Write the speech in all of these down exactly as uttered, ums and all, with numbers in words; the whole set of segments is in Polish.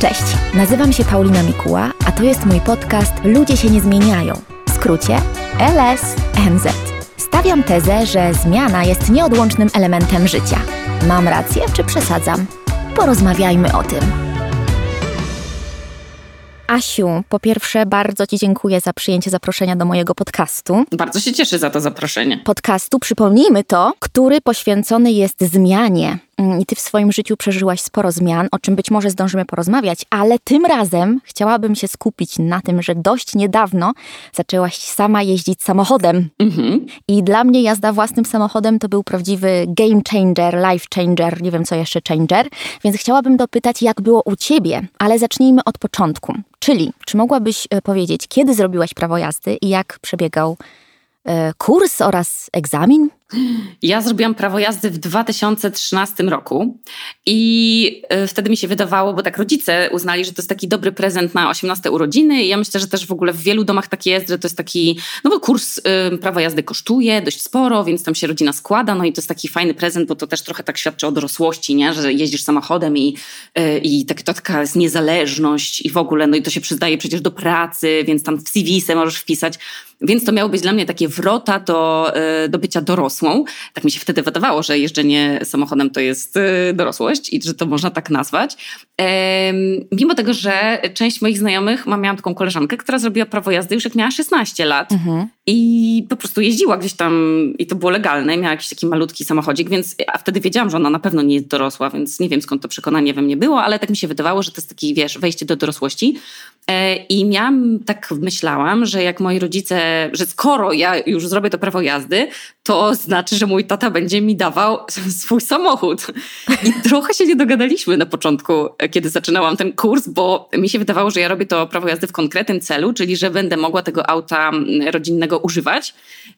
Cześć, nazywam się Paulina Mikuła, a to jest mój podcast Ludzie się nie zmieniają. W skrócie L S M Z. Stawiam tezę, że zmiana jest nieodłącznym elementem życia. Mam rację, czy przesadzam? Porozmawiajmy o tym. Asiu, po pierwsze bardzo Ci dziękuję za przyjęcie zaproszenia do mojego podcastu. Bardzo się cieszę za to zaproszenie. Podcastu, przypomnijmy to, który poświęcony jest zmianie. I Ty w swoim życiu przeżyłaś sporo zmian, o czym być może zdążymy porozmawiać, ale tym razem chciałabym się skupić na tym, że dość niedawno zaczęłaś sama jeździć samochodem. Mhm. I dla mnie jazda własnym samochodem to był prawdziwy game changer, life changer, nie wiem co jeszcze changer, więc chciałabym dopytać, jak było u Ciebie, ale zacznijmy od początku. Czyli, czy mogłabyś powiedzieć, kiedy zrobiłaś prawo jazdy i jak przebiegał e, kurs oraz egzamin? Ja zrobiłam prawo jazdy w dwa tysiące trzynastym roku i wtedy mi się wydawało, bo tak rodzice uznali, że to jest taki dobry prezent na osiemnaste urodziny i ja myślę, że też w ogóle w wielu domach tak jest, że to jest taki, no bo kurs y, prawa jazdy kosztuje dość sporo, więc tam się rodzina składa, no i to jest taki fajny prezent, bo to też trochę tak świadczy o dorosłości, nie? Że jeździsz samochodem i, y, i tak, to taka jest niezależność i w ogóle, no i to się przydaje przecież do pracy, więc tam w C V se możesz wpisać, więc to miało być dla mnie takie wrota do, y, do bycia dorosłą. Tak mi się wtedy wydawało, że jeżdżenie samochodem to jest y, dorosłość i że to można tak nazwać. Ehm, mimo tego, że część moich znajomych, ma, miałam taką koleżankę, która zrobiła prawo jazdy już jak miała szesnaście lat mhm. i po prostu jeździła gdzieś tam i to było legalne. Miała jakiś taki malutki samochodzik, więc a wtedy wiedziałam, że ona na pewno nie jest dorosła, więc nie wiem skąd to przekonanie we mnie było, ale tak mi się wydawało, że to jest taki, wiesz, wejście do dorosłości. E, I miałam, tak myślałam, że jak moi rodzice, że skoro ja już zrobię to prawo jazdy, to znaczy, że mój tata będzie mi dawał swój samochód. I trochę się nie dogadaliśmy na początku, kiedy zaczynałam ten kurs, bo mi się wydawało, że ja robię to prawo jazdy w konkretnym celu, czyli że będę mogła tego auta rodzinnego używać.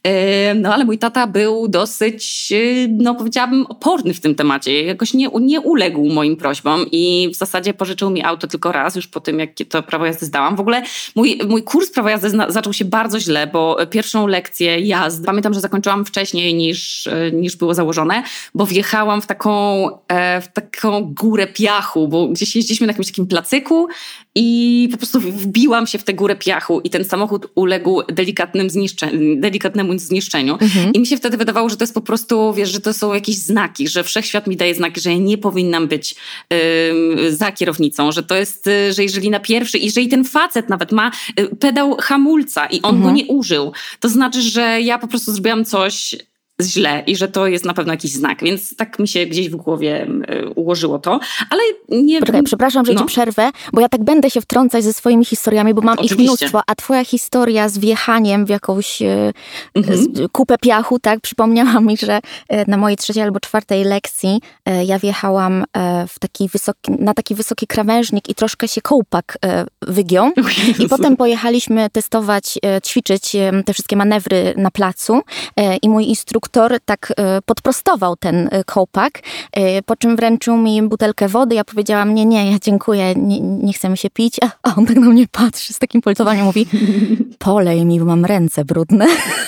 No ale mój tata był dosyć, no powiedziałabym, oporny w tym temacie. Jakoś nie, nie uległ moim prośbom i w zasadzie pożyczył mi auto tylko raz, już po tym, jak to prawo jazdy zdałam. W ogóle mój, mój kurs prawa jazdy zna, zaczął się bardzo źle, bo pierwszą lekcję jazdy, pamiętam, że zakończyłam wcześniej niż, niż było założone, bo wjechałam w taką, w taką górę piachu, bo gdzieś jeździliśmy na jakimś takim placyku i po prostu wbiłam się w tę górę piachu i ten samochód uległ delikatnym zniszczeniu, delikatnemu zniszczeniu. Mhm. I mi się wtedy wydawało, że to jest po prostu, wiesz, że to są jakieś znaki, że wszechświat mi daje znaki, że ja nie powinnam być yy, za kierownicą, że to jest, yy, że jeżeli na pierwszy, jeżeli ten facet nawet ma yy, pedał hamulca i on mhm. go nie użył, to znaczy, że ja po prostu zrobiłam coś źle i że to jest na pewno jakiś znak, więc tak mi się gdzieś w głowie y, ułożyło to, ale nie... Poczekaj, przepraszam, że no. Ci przerwę, bo ja tak będę się wtrącać ze swoimi historiami, bo mam Oczywiście. ich mnóstwo, a twoja historia z wjechaniem w jakąś y, mhm. kupę piachu, tak, przypomniała mi, że y, na mojej trzeciej albo czwartej lekcji y, ja wjechałam y, w taki wysoki, na taki wysoki krawężnik i troszkę się kołpak y, wygiął i potem pojechaliśmy testować, y, ćwiczyć y, te wszystkie manewry na placu y, i mój instruktor tak y, podprostował ten y, kołpak, y, po czym wręczył mi butelkę wody. Ja powiedziałam, nie, nie, ja dziękuję, nie, nie chcę mi się pić. A, a on tak na mnie patrzy z takim politowaniem, mówi, polej mi, bo mam ręce brudne.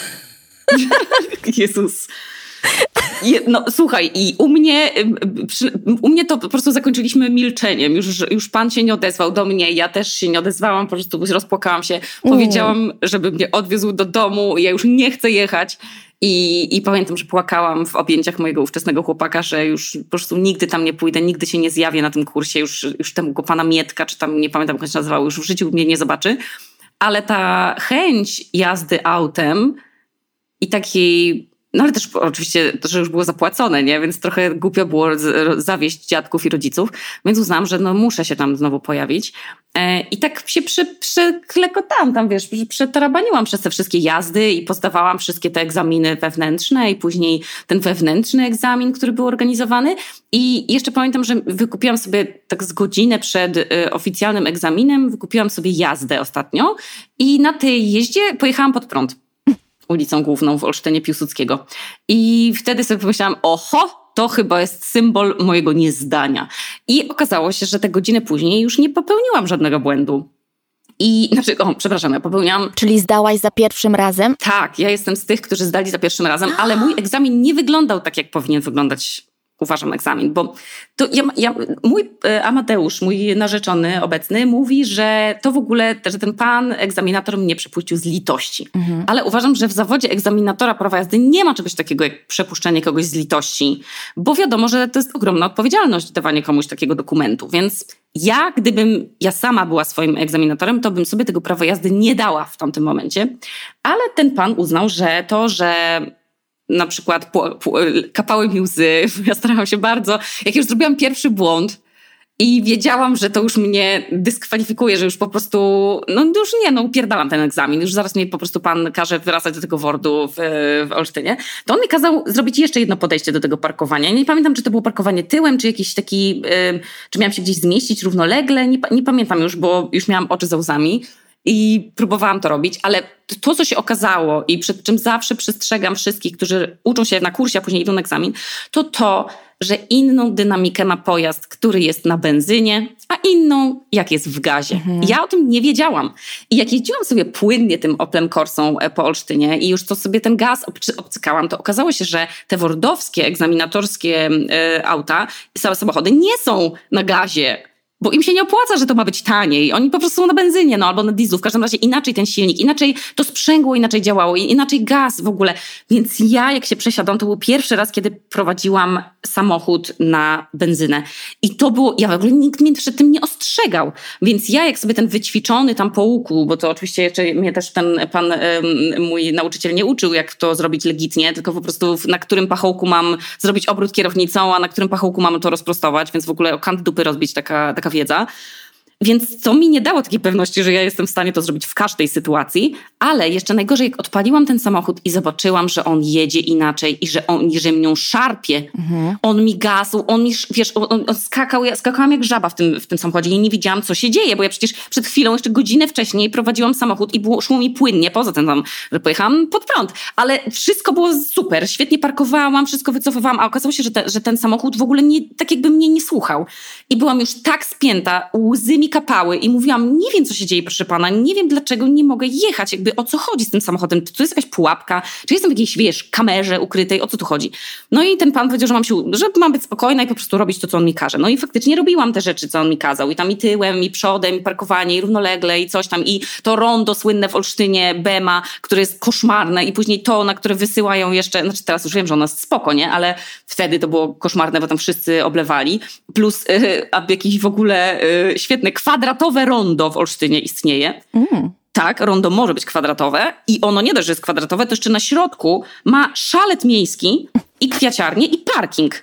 Jezus. No słuchaj, i u mnie, u mnie to po prostu zakończyliśmy milczeniem. Już, już pan się nie odezwał do mnie, ja też się nie odezwałam, po prostu rozpłakałam się. Powiedziałam, żeby mnie odwiózł do domu, ja już nie chcę jechać. I, I pamiętam, że płakałam w objęciach mojego ówczesnego chłopaka, że już po prostu nigdy tam nie pójdę, nigdy się nie zjawię na tym kursie, już, już temu pana Mietka, czy tam nie pamiętam, jak on się nazywał, już w życiu mnie nie zobaczy. Ale ta chęć jazdy autem i takiej, no ale też oczywiście to, że już było zapłacone, nie? Więc trochę głupio było z, zawieść dziadków i rodziców, więc uznałam, że no muszę się tam znowu pojawić. E, I tak się przy, przyklekotałam tam, wiesz, przetarabaniłam przez te wszystkie jazdy i pozdawałam wszystkie te egzaminy wewnętrzne i później ten wewnętrzny egzamin, który był organizowany. I jeszcze pamiętam, że wykupiłam sobie tak z godzinę przed y, oficjalnym egzaminem, wykupiłam sobie jazdę ostatnio i na tej jeździe pojechałam pod prąd. Ulicą Główną w Olsztynie Piłsudskiego. I wtedy sobie pomyślałam, oho, to chyba jest symbol mojego niezdania. I okazało się, że te godziny później już nie popełniłam żadnego błędu. I, znaczy, o, przepraszam, ja popełniałam... Czyli zdałaś za pierwszym razem? Tak, ja jestem z tych, którzy zdali za pierwszym razem, ale mój egzamin nie wyglądał tak, jak powinien wyglądać uważam egzamin, bo to ja, ja, mój Amateusz, mój narzeczony obecny mówi, że to w ogóle, że ten pan egzaminator mnie przepuścił z litości. Mhm. Ale uważam, że w zawodzie egzaminatora prawa jazdy nie ma czegoś takiego jak przepuszczenie kogoś z litości, bo wiadomo, że to jest ogromna odpowiedzialność dawanie komuś takiego dokumentu, więc ja, gdybym ja sama była swoim egzaminatorem, to bym sobie tego prawa jazdy nie dała w tamtym momencie, ale ten pan uznał, że to, że na przykład po, po, kapały mi łzy, ja starałam się bardzo, jak już zrobiłam pierwszy błąd i wiedziałam, że to już mnie dyskwalifikuje, że już po prostu, no już nie, no upierdalam ten egzamin, już zaraz mnie po prostu pan każe wracać do tego wordu w, w Olsztynie, to on mi kazał zrobić jeszcze jedno podejście do tego parkowania. Nie pamiętam, czy to było parkowanie tyłem, czy jakiś taki, yy, czy miałam się gdzieś zmieścić równolegle, nie, nie pamiętam już, bo już miałam oczy za łzami. I próbowałam to robić, ale to, co się okazało i przed czym zawsze przestrzegam wszystkich, którzy uczą się na kursie, a później idą na egzamin, to to, że inną dynamikę ma pojazd, który jest na benzynie, a inną jak jest w gazie. Mhm. Ja o tym nie wiedziałam. I jak jeździłam sobie płynnie tym Oplem Corsą po Olsztynie i już to sobie ten gaz obcykałam, to okazało się, że te wordowskie, egzaminatorskie y, auta, samochody nie są na gazie, bo im się nie opłaca, że to ma być taniej. Oni po prostu są na benzynie, no albo na dieslu. W każdym razie inaczej ten silnik, inaczej to sprzęgło inaczej działało, inaczej gaz w ogóle. Więc ja, jak się przesiadłam, to był pierwszy raz, kiedy prowadziłam samochód na benzynę. I to było, ja w ogóle nikt mnie przed tym nie ostrzegał. Więc ja, jak sobie ten wyćwiczony tam po łuku, bo to oczywiście jeszcze mnie też ten pan, mój nauczyciel nie uczył, jak to zrobić legitnie, tylko po prostu na którym pachołku mam zrobić obrót kierownicą, a na którym pachołku mam to rozprostować, więc w ogóle o kant dupy rozbić taka, taka wiedza. Więc to mi nie dało takiej pewności, że ja jestem w stanie to zrobić w każdej sytuacji, ale jeszcze najgorzej, jak odpaliłam ten samochód i zobaczyłam, że on jedzie inaczej i że on że mnie szarpie. Mhm. On mi gasł, on mi, wiesz, on, on skakał, ja skakałam jak żaba w tym, w tym samochodzie i nie widziałam, co się dzieje, bo ja przecież przed chwilą, jeszcze godzinę wcześniej prowadziłam samochód i było, szło mi płynnie, poza tym tam, że pojechałam pod prąd, ale wszystko było super, świetnie parkowałam, wszystko wycofywałam, a okazało się, że, te, że ten samochód w ogóle nie, tak jakby mnie nie słuchał. I byłam już tak spięta, łzy mi kapały i mówiłam, nie wiem, co się dzieje, proszę pana, nie wiem, dlaczego nie mogę jechać, jakby o co chodzi z tym samochodem, czy to jest jakaś pułapka, czy jestem w jakiejś, wiesz, kamerze ukrytej, o co tu chodzi. No i ten pan powiedział, że mam się, że mam być spokojna i po prostu robić to, co on mi każe. No i faktycznie robiłam te rzeczy, co on mi kazał i tam i tyłem, i przodem, i parkowanie, i równolegle, i coś tam, i to rondo słynne w Olsztynie, Bema, które jest koszmarne i później to, na które wysyłają jeszcze, znaczy teraz już wiem, że ono jest spoko, nie, ale wtedy to było koszmarne, bo tam wszyscy oblewali, plus yy, aby jakiś w ogóle yy, świetny kwadratowe rondo w Olsztynie istnieje. Mm. Tak, rondo może być kwadratowe i ono nie dość, że jest kwadratowe, to jeszcze na środku ma szalet miejski i kwiaciarnię i parking.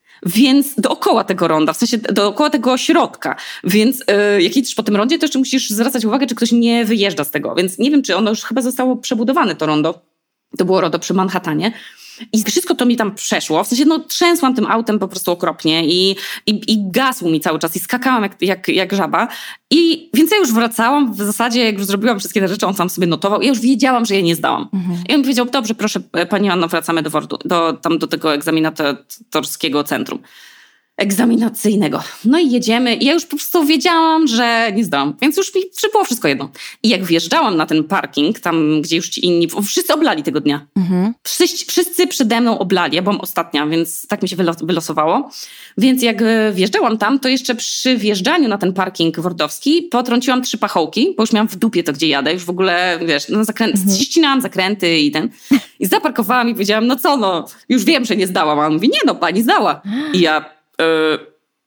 Więc dookoła tego ronda, w sensie dookoła tego środka. Więc yy, jak jedziesz po tym rondzie, to jeszcze musisz zwracać uwagę, czy ktoś nie wyjeżdża z tego. Więc nie wiem, czy ono już chyba zostało przebudowane, to rondo. To było rondo przy Manhattanie. I wszystko to mi tam przeszło. W sensie, no, trzęsłam tym autem po prostu okropnie i, i, i gasł mi cały czas i skakałam jak, jak, jak żaba. I więc ja już wracałam, w zasadzie jak już zrobiłam wszystkie te rzeczy, on sam sobie notował. Ja już wiedziałam, że je nie zdałam. Mhm. I on powiedział, dobrze, proszę pani Anno, wracamy do Wordu, do, tam do tego egzaminatorskiego centrum egzaminacyjnego. No i jedziemy. I ja już po prostu wiedziałam, że nie zdałam. Więc już mi było wszystko jedno. I jak wjeżdżałam na ten parking, tam gdzie już ci inni, wszyscy oblali tego dnia. Mhm. Wszyscy, wszyscy przede mną oblali. Ja byłam ostatnia, więc tak mi się wylos- wylosowało. Więc jak wjeżdżałam tam, to jeszcze przy wjeżdżaniu na ten parking wordowski potrąciłam trzy pachołki, bo już miałam w dupie to, gdzie jadę. Już w ogóle, wiesz, no zakrę- mhm. ścinałam zakręty i ten. I zaparkowałam i powiedziałam, no co no, już wiem, że nie zdałam. A on mówi, nie no, pani zdała. I ja Yy,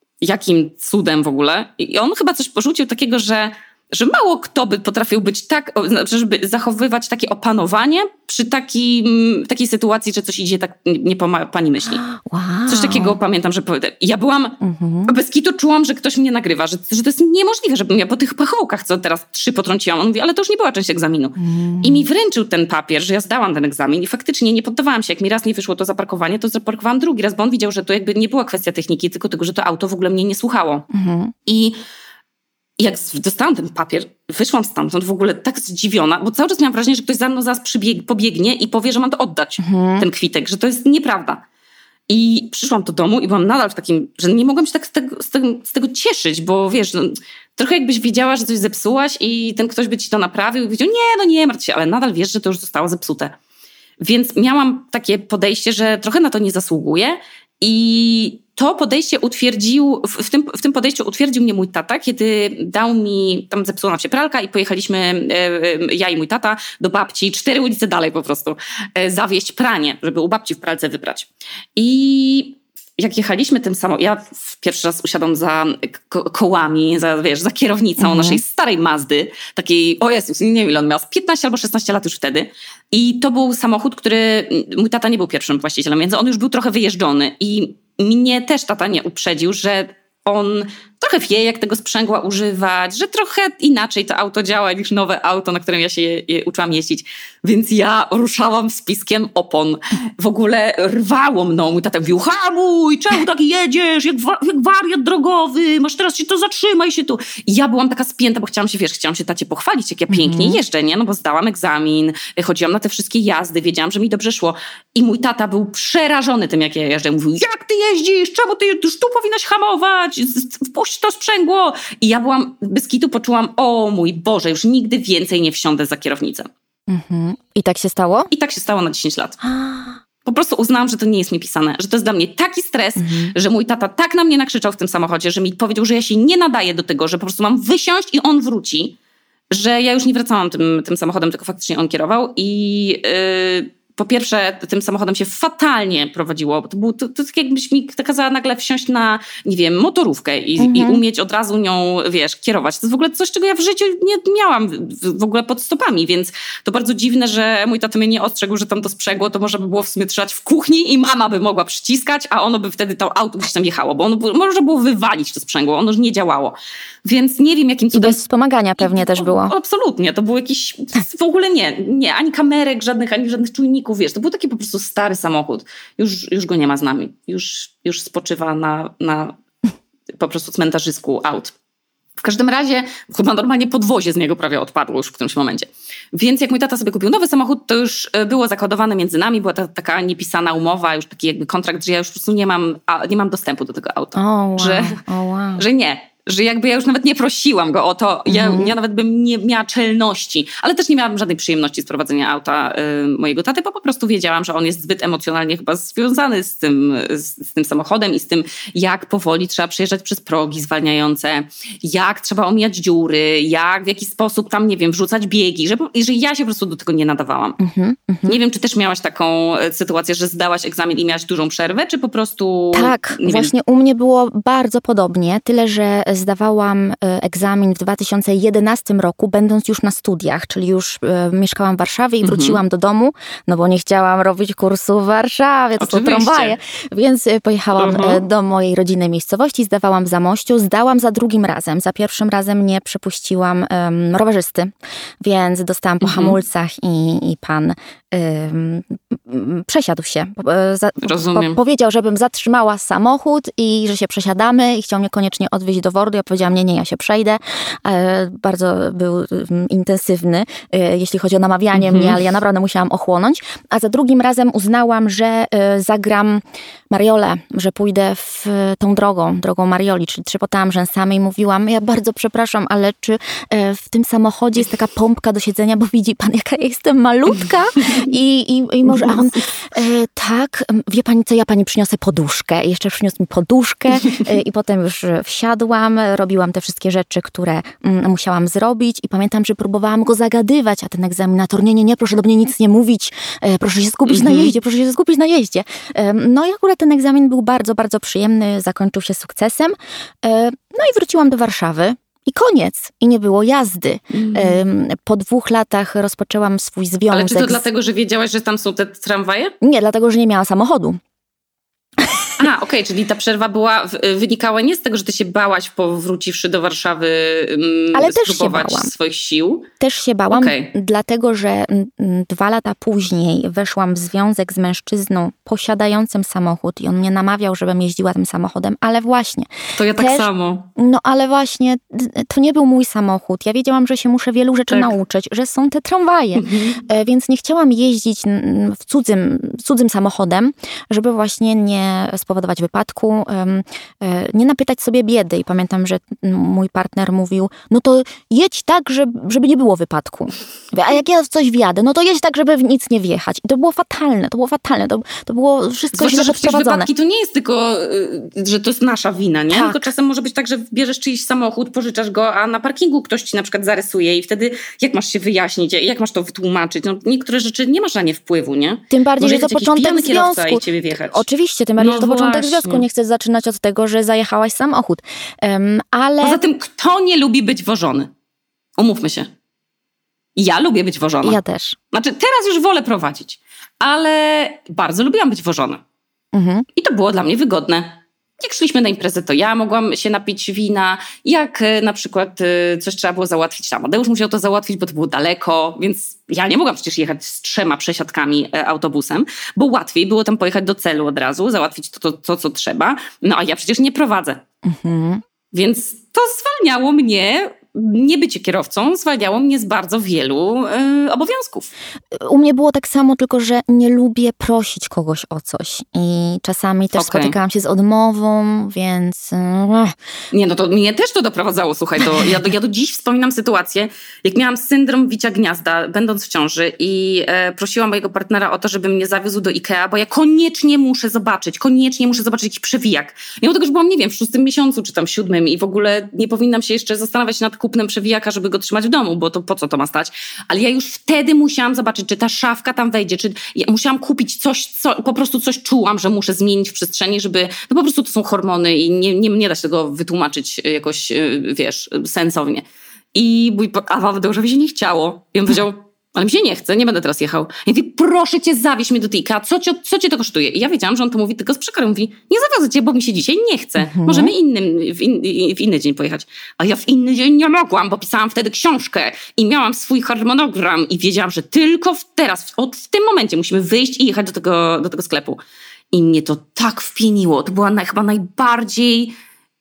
jakim cudem w ogóle. I on chyba coś porzucił takiego, że, że mało kto by potrafił być tak, żeby zachowywać takie opanowanie przy takim, takiej sytuacji, że coś idzie tak nie po pani myśli. Wow. Coś takiego pamiętam, że powiedział. Ja byłam, mm-hmm. bez kitu czułam, że ktoś mnie nagrywa, że, że to jest niemożliwe, żebym ja po tych pachołkach, co teraz trzy potrąciłam. On mówi, ale to już nie była część egzaminu. Mm. I mi wręczył ten papier, że ja zdałam ten egzamin i faktycznie nie poddawałam się. Jak mi raz nie wyszło to zaparkowanie, to zaparkowałam drugi raz, bo on widział, że to jakby nie była kwestia techniki, tylko tego, że to auto w ogóle mnie nie słuchało. Mm-hmm. I jak dostałam ten papier, wyszłam stamtąd w ogóle tak zdziwiona, bo cały czas miałam wrażenie, że ktoś za mną zaraz przybieg- pobiegnie i powie, że mam to oddać, mhm. ten kwitek, że to jest nieprawda. I przyszłam do domu i byłam nadal w takim, że nie mogłam się tak z tego, z tego, z tego cieszyć, bo wiesz, no, trochę jakbyś wiedziała, że coś zepsułaś i ten ktoś by ci to naprawił i powiedział, nie, no nie martw się, ale nadal wiesz, że to już zostało zepsute. Więc miałam takie podejście, że trochę na to nie zasługuję I to podejście utwierdził, w tym, w tym podejściu utwierdził mnie mój tata, kiedy dał mi, tam zepsuła nam się pralka i pojechaliśmy, ja i mój tata, do babci, cztery ulice dalej po prostu, zawieźć pranie, żeby u babci w pralce wyprać. I jak jechaliśmy tym samochodem, ja pierwszy raz usiadłam za ko- kołami, za, wiesz, za kierownicą mhm. naszej starej Mazdy, takiej, o Jezus, nie wiem ile on miał, piętnaście albo szesnaście lat już wtedy. I to był samochód, który, mój tata nie był pierwszym właścicielem, więc on już był trochę wyjeżdżony i mnie też tata nie uprzedził, że on trochę wie, jak tego sprzęgła używać, że trochę inaczej to auto działa niż nowe auto, na którym ja się je, je uczyłam jeździć. Więc ja ruszałam z piskiem opon. W ogóle rwało mną. Mój tata mówił, hamuj, czemu tak jedziesz, jak, wa- jak wariat drogowy, masz teraz się to, zatrzymaj się tu. I ja byłam taka spięta, bo chciałam się, wiesz, chciałam się tacie pochwalić, jak ja pięknie mm-hmm. jeżdżę, nie? No bo zdałam egzamin, chodziłam na te wszystkie jazdy, wiedziałam, że mi dobrze szło. I mój tata był przerażony tym, jak ja jeżdżę. Mówił, jak ty jeździsz, czemu ty już tu powinnaś hamować, wpuść to sprzęgło. I ja byłam, bez kitu poczułam, o mój Boże, już nigdy więcej nie wsiądę za kierownicę. Mhm. I tak się stało? I tak się stało na dziesięć lat. Po prostu uznałam, że to nie jest mi pisane, że to jest dla mnie taki stres, mhm. że mój tata tak na mnie nakrzyczał w tym samochodzie, że mi powiedział, że ja się nie nadaję do tego, że po prostu mam wysiąść i on wróci, że ja już nie wracałam tym, tym samochodem, tylko faktycznie on kierował i... Yy, po pierwsze, tym samochodem się fatalnie prowadziło, bo to było to, to tak jakbyś mi kazała nagle wsiąść na, nie wiem, motorówkę i, mhm. i umieć od razu nią, wiesz, kierować. To jest w ogóle coś, czego ja w życiu nie miałam w, w ogóle pod stopami, więc to bardzo dziwne, że mój tata mnie nie ostrzegł, że tam to sprzęgło to można by było w sumie trzymać w kuchni i mama by mogła przyciskać, a ono by wtedy to auto gdzieś tam jechało, bo ono by, można było wywalić to sprzęgło, ono już nie działało. Więc nie wiem, jakim cudem... I bez wspomagania pewnie I, też było. O, absolutnie, to był jakiś... W ogóle nie, nie, ani kamerek żadnych, ani żadnych czujników, wiesz, to był taki po prostu stary samochód. Już, już go nie ma z nami. Już, już spoczywa na, na po prostu cmentarzysku aut. W każdym razie chyba normalnie podwozie z niego prawie odpadło już w którymś momencie. Więc jak mój tata sobie kupił nowy samochód, to już było zakodowane między nami, była ta, taka niepisana umowa, już taki jakby kontrakt, że ja już po prostu nie mam, a, nie mam dostępu do tego auta. Oh, wow. Że, oh, wow. że nie. Że jakby ja już nawet nie prosiłam go o to, ja, mhm. ja nawet bym nie miała czelności, ale też nie miałam żadnej przyjemności z prowadzenia auta y, mojego taty, bo po prostu wiedziałam, że on jest zbyt emocjonalnie chyba związany z tym, z, z tym samochodem i z tym, jak powoli trzeba przejeżdżać przez progi zwalniające, jak trzeba omijać dziury, jak w jaki sposób tam, nie wiem, wrzucać biegi, że, że ja się po prostu do tego nie nadawałam. Mhm, nie wiem, czy też miałaś taką sytuację, że zdałaś egzamin i miałaś dużą przerwę, czy po prostu... Tak, właśnie wiem. U mnie było bardzo podobnie, tyle, że zdawałam egzamin w dwa tysiące jedenastym roku, będąc już na studiach, czyli już e, mieszkałam w Warszawie i wróciłam mm-hmm. do domu, no bo nie chciałam robić kursu w Warszawie, to Oczywiście. Są tramwaje, więc pojechałam uh-huh. do mojej rodzinnej miejscowości, zdawałam w Zamościu, zdałam za drugim razem. Za pierwszym razem nie przepuściłam um, rowerzysty, więc dostałam po mm-hmm. hamulcach i, i pan um, przesiadł się. Za, Rozumiem. Po, powiedział, żebym zatrzymała samochód i że się przesiadamy i chciał mnie koniecznie odwieźć do Wordu. Ja powiedziałam, nie, nie, ja się przejdę. E, bardzo był um, intensywny, e, jeśli chodzi o namawianie mm-hmm. mnie, ale ja naprawdę musiałam ochłonąć. A za drugim razem uznałam, że e, zagram Mariolę, że pójdę w tą drogą, drogą Marioli, czyli trzepotałam rzęsami i mówiłam, ja bardzo przepraszam, ale czy e, w tym samochodzie jest taka pompka do siedzenia, bo widzi pan, jaka ja jestem malutka i, i, i może, a on, e, tak, wie pani co, ja pani przyniosę poduszkę. I jeszcze przyniósł mi poduszkę e, i potem już wsiadłam, robiłam te wszystkie rzeczy, które mm, musiałam zrobić i pamiętam, że próbowałam go zagadywać, a ten egzaminator, nie, nie, nie, proszę do mnie nic nie mówić, e, proszę się skupić mm-hmm. na jeździe, proszę się skupić na jeździe. E, no i akurat ten egzamin był bardzo, bardzo przyjemny, zakończył się sukcesem. E, no i wróciłam do Warszawy. I koniec. I nie było jazdy. Mm. Po dwóch latach rozpoczęłam swój związek. Ale czy to z... dlatego, że wiedziałaś, że tam są te tramwaje? Nie, dlatego, że nie miała samochodu. A, okej, okay, czyli ta przerwa była, wynikała nie z tego, że ty się bałaś, powróciwszy do Warszawy, um, ale też spróbować się bałam. swoich sił? Też się bałam, okay. dlatego, że m, dwa lata później weszłam w związek z mężczyzną posiadającym samochód i on mnie namawiał, żebym jeździła tym samochodem, ale właśnie. To ja tak też, samo. No ale właśnie, to nie był mój samochód. Ja wiedziałam, że się muszę wielu rzeczy tak. nauczyć, że są te tramwaje, mhm. więc nie chciałam jeździć w cudzym, cudzym samochodem, żeby właśnie nie spowodować wypadku, um, nie napytać sobie biedy. I pamiętam, że mój partner mówił, no to jedź tak, żeby, żeby nie było wypadku. A jak ja w coś wjadę, no to jedź tak, żeby w nic nie wjechać. I to było fatalne, to było fatalne, to, to było wszystko źle przeprowadzone. Wypadki to nie jest tylko, że to jest nasza wina, nie? Tak. Tylko czasem może być tak, że bierzesz czyjś samochód, pożyczasz go, a na parkingu ktoś ci na przykład zarysuje i wtedy jak masz się wyjaśnić, jak masz to wytłumaczyć? No, niektóre rzeczy nie masz na nie wpływu, nie? Tym bardziej, może że to początek związku. I ciebie wjechać. Oczywiście, tym bardziej, no że to właśnie. Początek związku. Nie chcesz zaczynać od tego, że zajechałaś samochód. Um, ale... Poza tym, kto nie lubi być wożony? Umówmy się. Ja lubię być wożona. Ja też. Znaczy, teraz już wolę prowadzić, ale bardzo lubiłam być wożona. Mhm. I to było dla mnie wygodne. Jak szliśmy na imprezę, to ja mogłam się napić wina. Jak na przykład coś trzeba było załatwić, tam Amadeusz musiał to załatwić, bo to było daleko, więc ja nie mogłam przecież jechać z trzema przesiadkami autobusem, bo łatwiej było tam pojechać do celu od razu, załatwić to, to, to co trzeba. No a ja przecież nie prowadzę. Mhm. Więc to zwalniało mnie, nie bycie kierowcą, zwalniało mnie z bardzo wielu y, obowiązków. U mnie było tak samo, tylko że nie lubię prosić kogoś o coś. I czasami też okay. spotykałam się z odmową, więc... Nie, no to mnie też to doprowadzało, słuchaj. To ja, do, ja do dziś wspominam sytuację, jak miałam syndrom wicia gniazda, będąc w ciąży i e, prosiłam mojego partnera o to, żeby mnie zawiózł do Ikea, bo ja koniecznie muszę zobaczyć, koniecznie muszę zobaczyć jakiś przewijak. Mimo tego, że byłam, nie wiem, w szóstym miesiącu, czy tam w siódmym i w ogóle nie powinnam się jeszcze zastanawiać nad kupnem przewijaka, żeby go trzymać w domu, bo to po co to ma stać? Ale ja już wtedy musiałam zobaczyć, czy ta szafka tam wejdzie, czy ja musiałam kupić coś, co po prostu coś czułam, że muszę zmienić w przestrzeni, żeby, no po prostu to są hormony i nie, nie, nie da się tego wytłumaczyć jakoś, wiesz, sensownie. I mój Amadeuszowi się nie chciało. I on powiedział, ale mi się nie chce, nie będę teraz jechał. Ja mówię, proszę cię, zawieź mnie do tej Ikea, co, co cię to kosztuje? I ja wiedziałam, że on to mówi tylko z przekorem. Mówi, nie zawiozę cię, bo mi się dzisiaj nie chce. Mhm. Możemy innym, w, in, w inny dzień pojechać. A ja w inny dzień nie mogłam, bo pisałam wtedy książkę i miałam swój harmonogram i wiedziałam, że tylko w teraz, od, w tym momencie musimy wyjść i jechać do tego, do tego sklepu. I mnie to tak wpieniło. To była naj, chyba najbardziej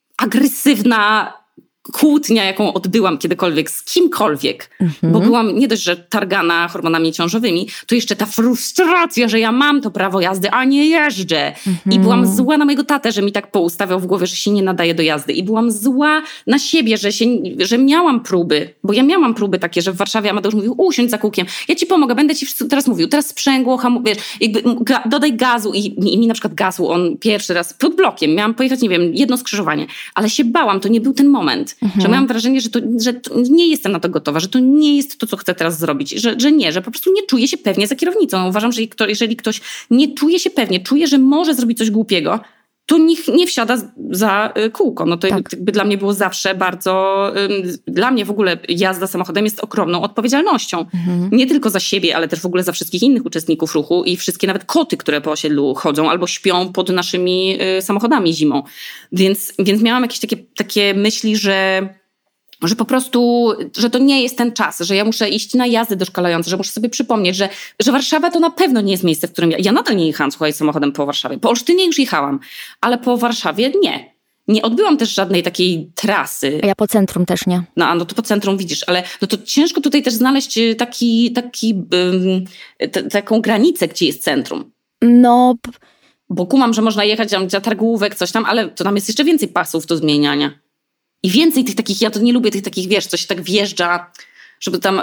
agresywna kłótnia, jaką odbyłam kiedykolwiek z kimkolwiek, mm-hmm. bo byłam nie dość, że targana hormonami ciążowymi, to jeszcze ta frustracja, że ja mam to prawo jazdy, a nie jeżdżę. Mm-hmm. I byłam zła na mojego tatę, że mi tak poustawiał w głowie, że się nie nadaje do jazdy. I byłam zła na siebie, że, się, że miałam próby, bo ja miałam próby takie, że w Warszawie Amadeusz mówił, usiądź za kółkiem, ja ci pomogę, będę ci teraz mówił, teraz sprzęgło, hamu, wiesz, jakby ga, dodaj gazu i, i mi na przykład gasł on pierwszy raz pod blokiem, miałam pojechać, nie wiem, jedno skrzyżowanie, ale się bałam, to nie był ten moment. Mhm. Że miałam wrażenie, że, to, że to nie jestem na to gotowa, że to nie jest to, co chcę teraz zrobić, że, że nie, że po prostu nie czuję się pewnie za kierownicą. Uważam, że jeżeli ktoś nie czuje się pewnie, czuje, że może zrobić coś głupiego, to niech nie wsiada za kółko. No to tak. jakby dla mnie było zawsze bardzo... Dla mnie w ogóle jazda samochodem jest ogromną odpowiedzialnością. Mhm. Nie tylko za siebie, ale też w ogóle za wszystkich innych uczestników ruchu i wszystkie nawet koty, które po osiedlu chodzą albo śpią pod naszymi samochodami zimą. Więc, więc miałam jakieś takie, takie myśli, że... że po prostu, że to nie jest ten czas, że ja muszę iść na jazdy doszkalające, że muszę sobie przypomnieć, że, że Warszawa to na pewno nie jest miejsce, w którym ja... Ja nadal nie jechałam, słuchaj, samochodem po Warszawie. Po Olsztynie już jechałam, ale po Warszawie nie. Nie odbyłam też żadnej takiej trasy. A ja po centrum też nie. No, no to po centrum widzisz, ale no to ciężko tutaj też znaleźć taki, taki, um, t- taką granicę, gdzie jest centrum. No... Bo kumam, że można jechać tam za targówek, coś tam, ale to tam jest jeszcze więcej pasów do zmieniania. I więcej tych takich, ja to nie lubię tych takich, wiesz, coś tak wjeżdża, żeby tam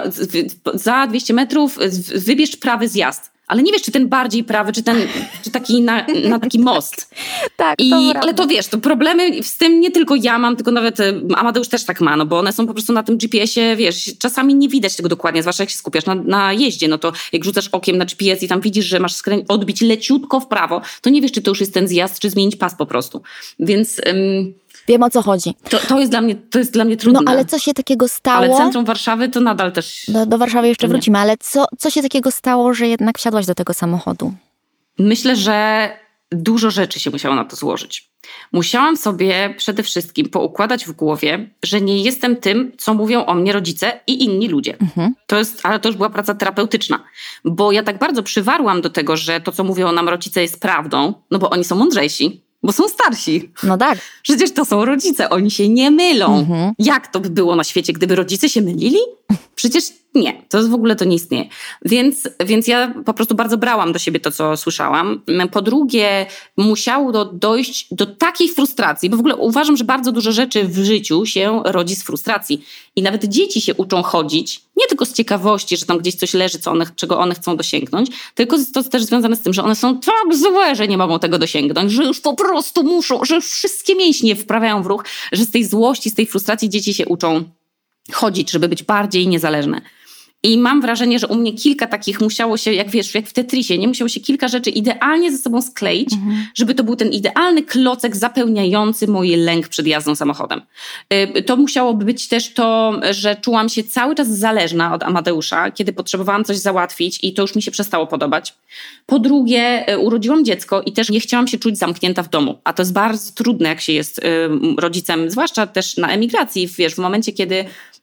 za dwieście metrów wybierz prawy zjazd. Ale nie wiesz, czy ten bardziej prawy, czy ten czy taki na, na taki most. Tak, I, to ale to wiesz, to problemy z tym nie tylko ja mam, tylko nawet Amadeusz też tak ma, no bo one są po prostu na tym G P S-ie, wiesz, czasami nie widać tego dokładnie, zwłaszcza jak się skupiasz na, na jeździe, no to jak rzucasz okiem na G P S i tam widzisz, że masz skrę- odbić leciutko w prawo, to nie wiesz, czy to już jest ten zjazd, czy zmienić pas po prostu. Więc... Ym, Wiem, o co chodzi. To, to, jest dla mnie, to jest dla mnie trudne. No ale co się takiego stało... Ale centrum Warszawy to nadal też... Do, do Warszawy jeszcze wrócimy, ale co, co się takiego stało, że jednak wsiadłaś do tego samochodu? Myślę, że dużo rzeczy się musiało na to złożyć. Musiałam sobie przede wszystkim poukładać w głowie, że nie jestem tym, co mówią o mnie rodzice i inni ludzie. Mhm. To jest, ale to już była praca terapeutyczna. Bo ja tak bardzo przywarłam do tego, że to, co mówią nam rodzice, jest prawdą, no bo oni są mądrzejsi. Bo są starsi. No tak. Przecież to są rodzice, oni się nie mylą. Mhm. Jak to by było na świecie, gdyby rodzice się mylili? Przecież nie, to w ogóle to nie istnieje. Więc, więc ja po prostu bardzo brałam do siebie to, co słyszałam. Po drugie, musiało do, dojść do takiej frustracji, bo w ogóle uważam, że bardzo dużo rzeczy w życiu się rodzi z frustracji. I nawet dzieci się uczą chodzić, nie tylko z ciekawości, że tam gdzieś coś leży, co one, czego one chcą dosięgnąć, tylko to jest też związane z tym, że one są tak złe, że nie mogą tego dosięgnąć, że już po prostu muszą, że wszystkie mięśnie wprawiają w ruch, że z tej złości, z tej frustracji dzieci się uczą chodzić, żeby być bardziej niezależne. I mam wrażenie, że u mnie kilka takich musiało się, jak wiesz, jak w Tetrisie, nie musiało się kilka rzeczy idealnie ze sobą skleić, mhm. żeby to był ten idealny klocek zapełniający mój lęk przed jazdą samochodem. To musiało być też to, że czułam się cały czas zależna od Amadeusza, kiedy potrzebowałam coś załatwić i to już mi się przestało podobać. Po drugie, urodziłam dziecko i też nie chciałam się czuć zamknięta w domu, a to jest bardzo trudne, jak się jest rodzicem, zwłaszcza też na emigracji, wiesz, w momencie, kiedy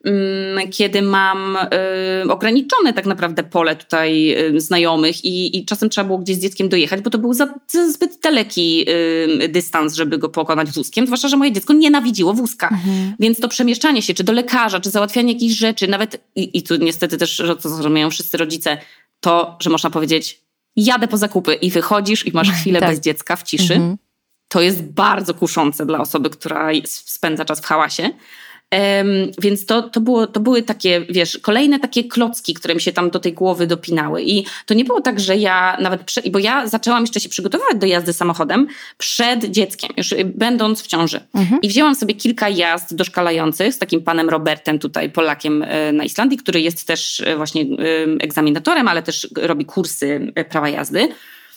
kiedy mam y, ograniczone tak naprawdę pole tutaj y, znajomych i, i czasem trzeba było gdzieś z dzieckiem dojechać, bo to był za, za zbyt daleki y, dystans, żeby go pokonać wózkiem, zwłaszcza, że moje dziecko nienawidziło wózka. Mhm. Więc to przemieszczanie się, czy do lekarza, czy załatwianie jakichś rzeczy, nawet, i, i tu niestety też to zrozumieją wszyscy rodzice, to, że można powiedzieć, jadę po zakupy i wychodzisz i masz chwilę tak. bez dziecka w ciszy, mhm. to jest bardzo kuszące dla osoby, która spędza czas w hałasie. Um, więc to, to, było, to były takie, wiesz, kolejne takie klocki, które mi się tam do tej głowy dopinały. I to nie było tak, że ja nawet, prze, bo ja zaczęłam jeszcze się przygotowywać do jazdy samochodem przed dzieckiem, już będąc w ciąży. Mhm. I wzięłam sobie kilka jazd doszkalających z takim panem Robertem tutaj, Polakiem na Islandii, który jest też właśnie egzaminatorem, ale też robi kursy prawa jazdy.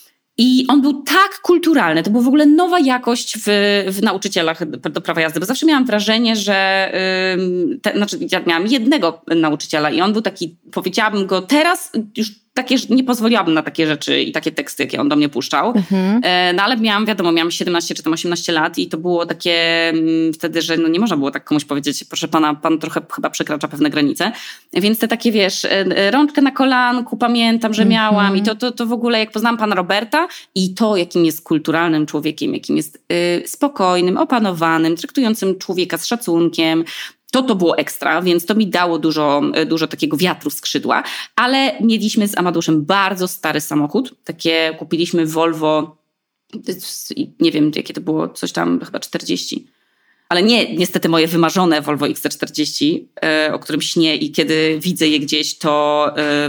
I on był tak kulturalny, to była w ogóle nowa jakość w, w nauczycielach do prawa jazdy, bo zawsze miałam wrażenie, że yy, te, znaczy ja miałam jednego nauczyciela i on był taki, powiedziałabym go teraz już takie, nie pozwoliłabym na takie rzeczy i takie teksty, jakie on do mnie puszczał. Mhm. E, no ale miałam, wiadomo, miałam siedemnaście czy tam osiemnaście lat i to było takie m, wtedy, że no nie można było tak komuś powiedzieć, proszę pana, pan trochę chyba przekracza pewne granice. Więc te takie, wiesz, e, rączkę na kolanku, pamiętam, że miałam mhm. i to, to, to w ogóle, jak poznałam pana Roberta i to, jakim jest kulturalnym człowiekiem, jakim jest y, spokojnym, opanowanym, traktującym człowieka z szacunkiem, To to było ekstra, więc to mi dało dużo, dużo takiego wiatru w skrzydła, ale mieliśmy z Amadeuszem bardzo stary samochód. Takie kupiliśmy Volvo, nie wiem jakie to było, coś tam chyba czterdzieści. Ale nie niestety moje wymarzone Volvo X C czterdzieści, o którym śnię i kiedy widzę je gdzieś, to,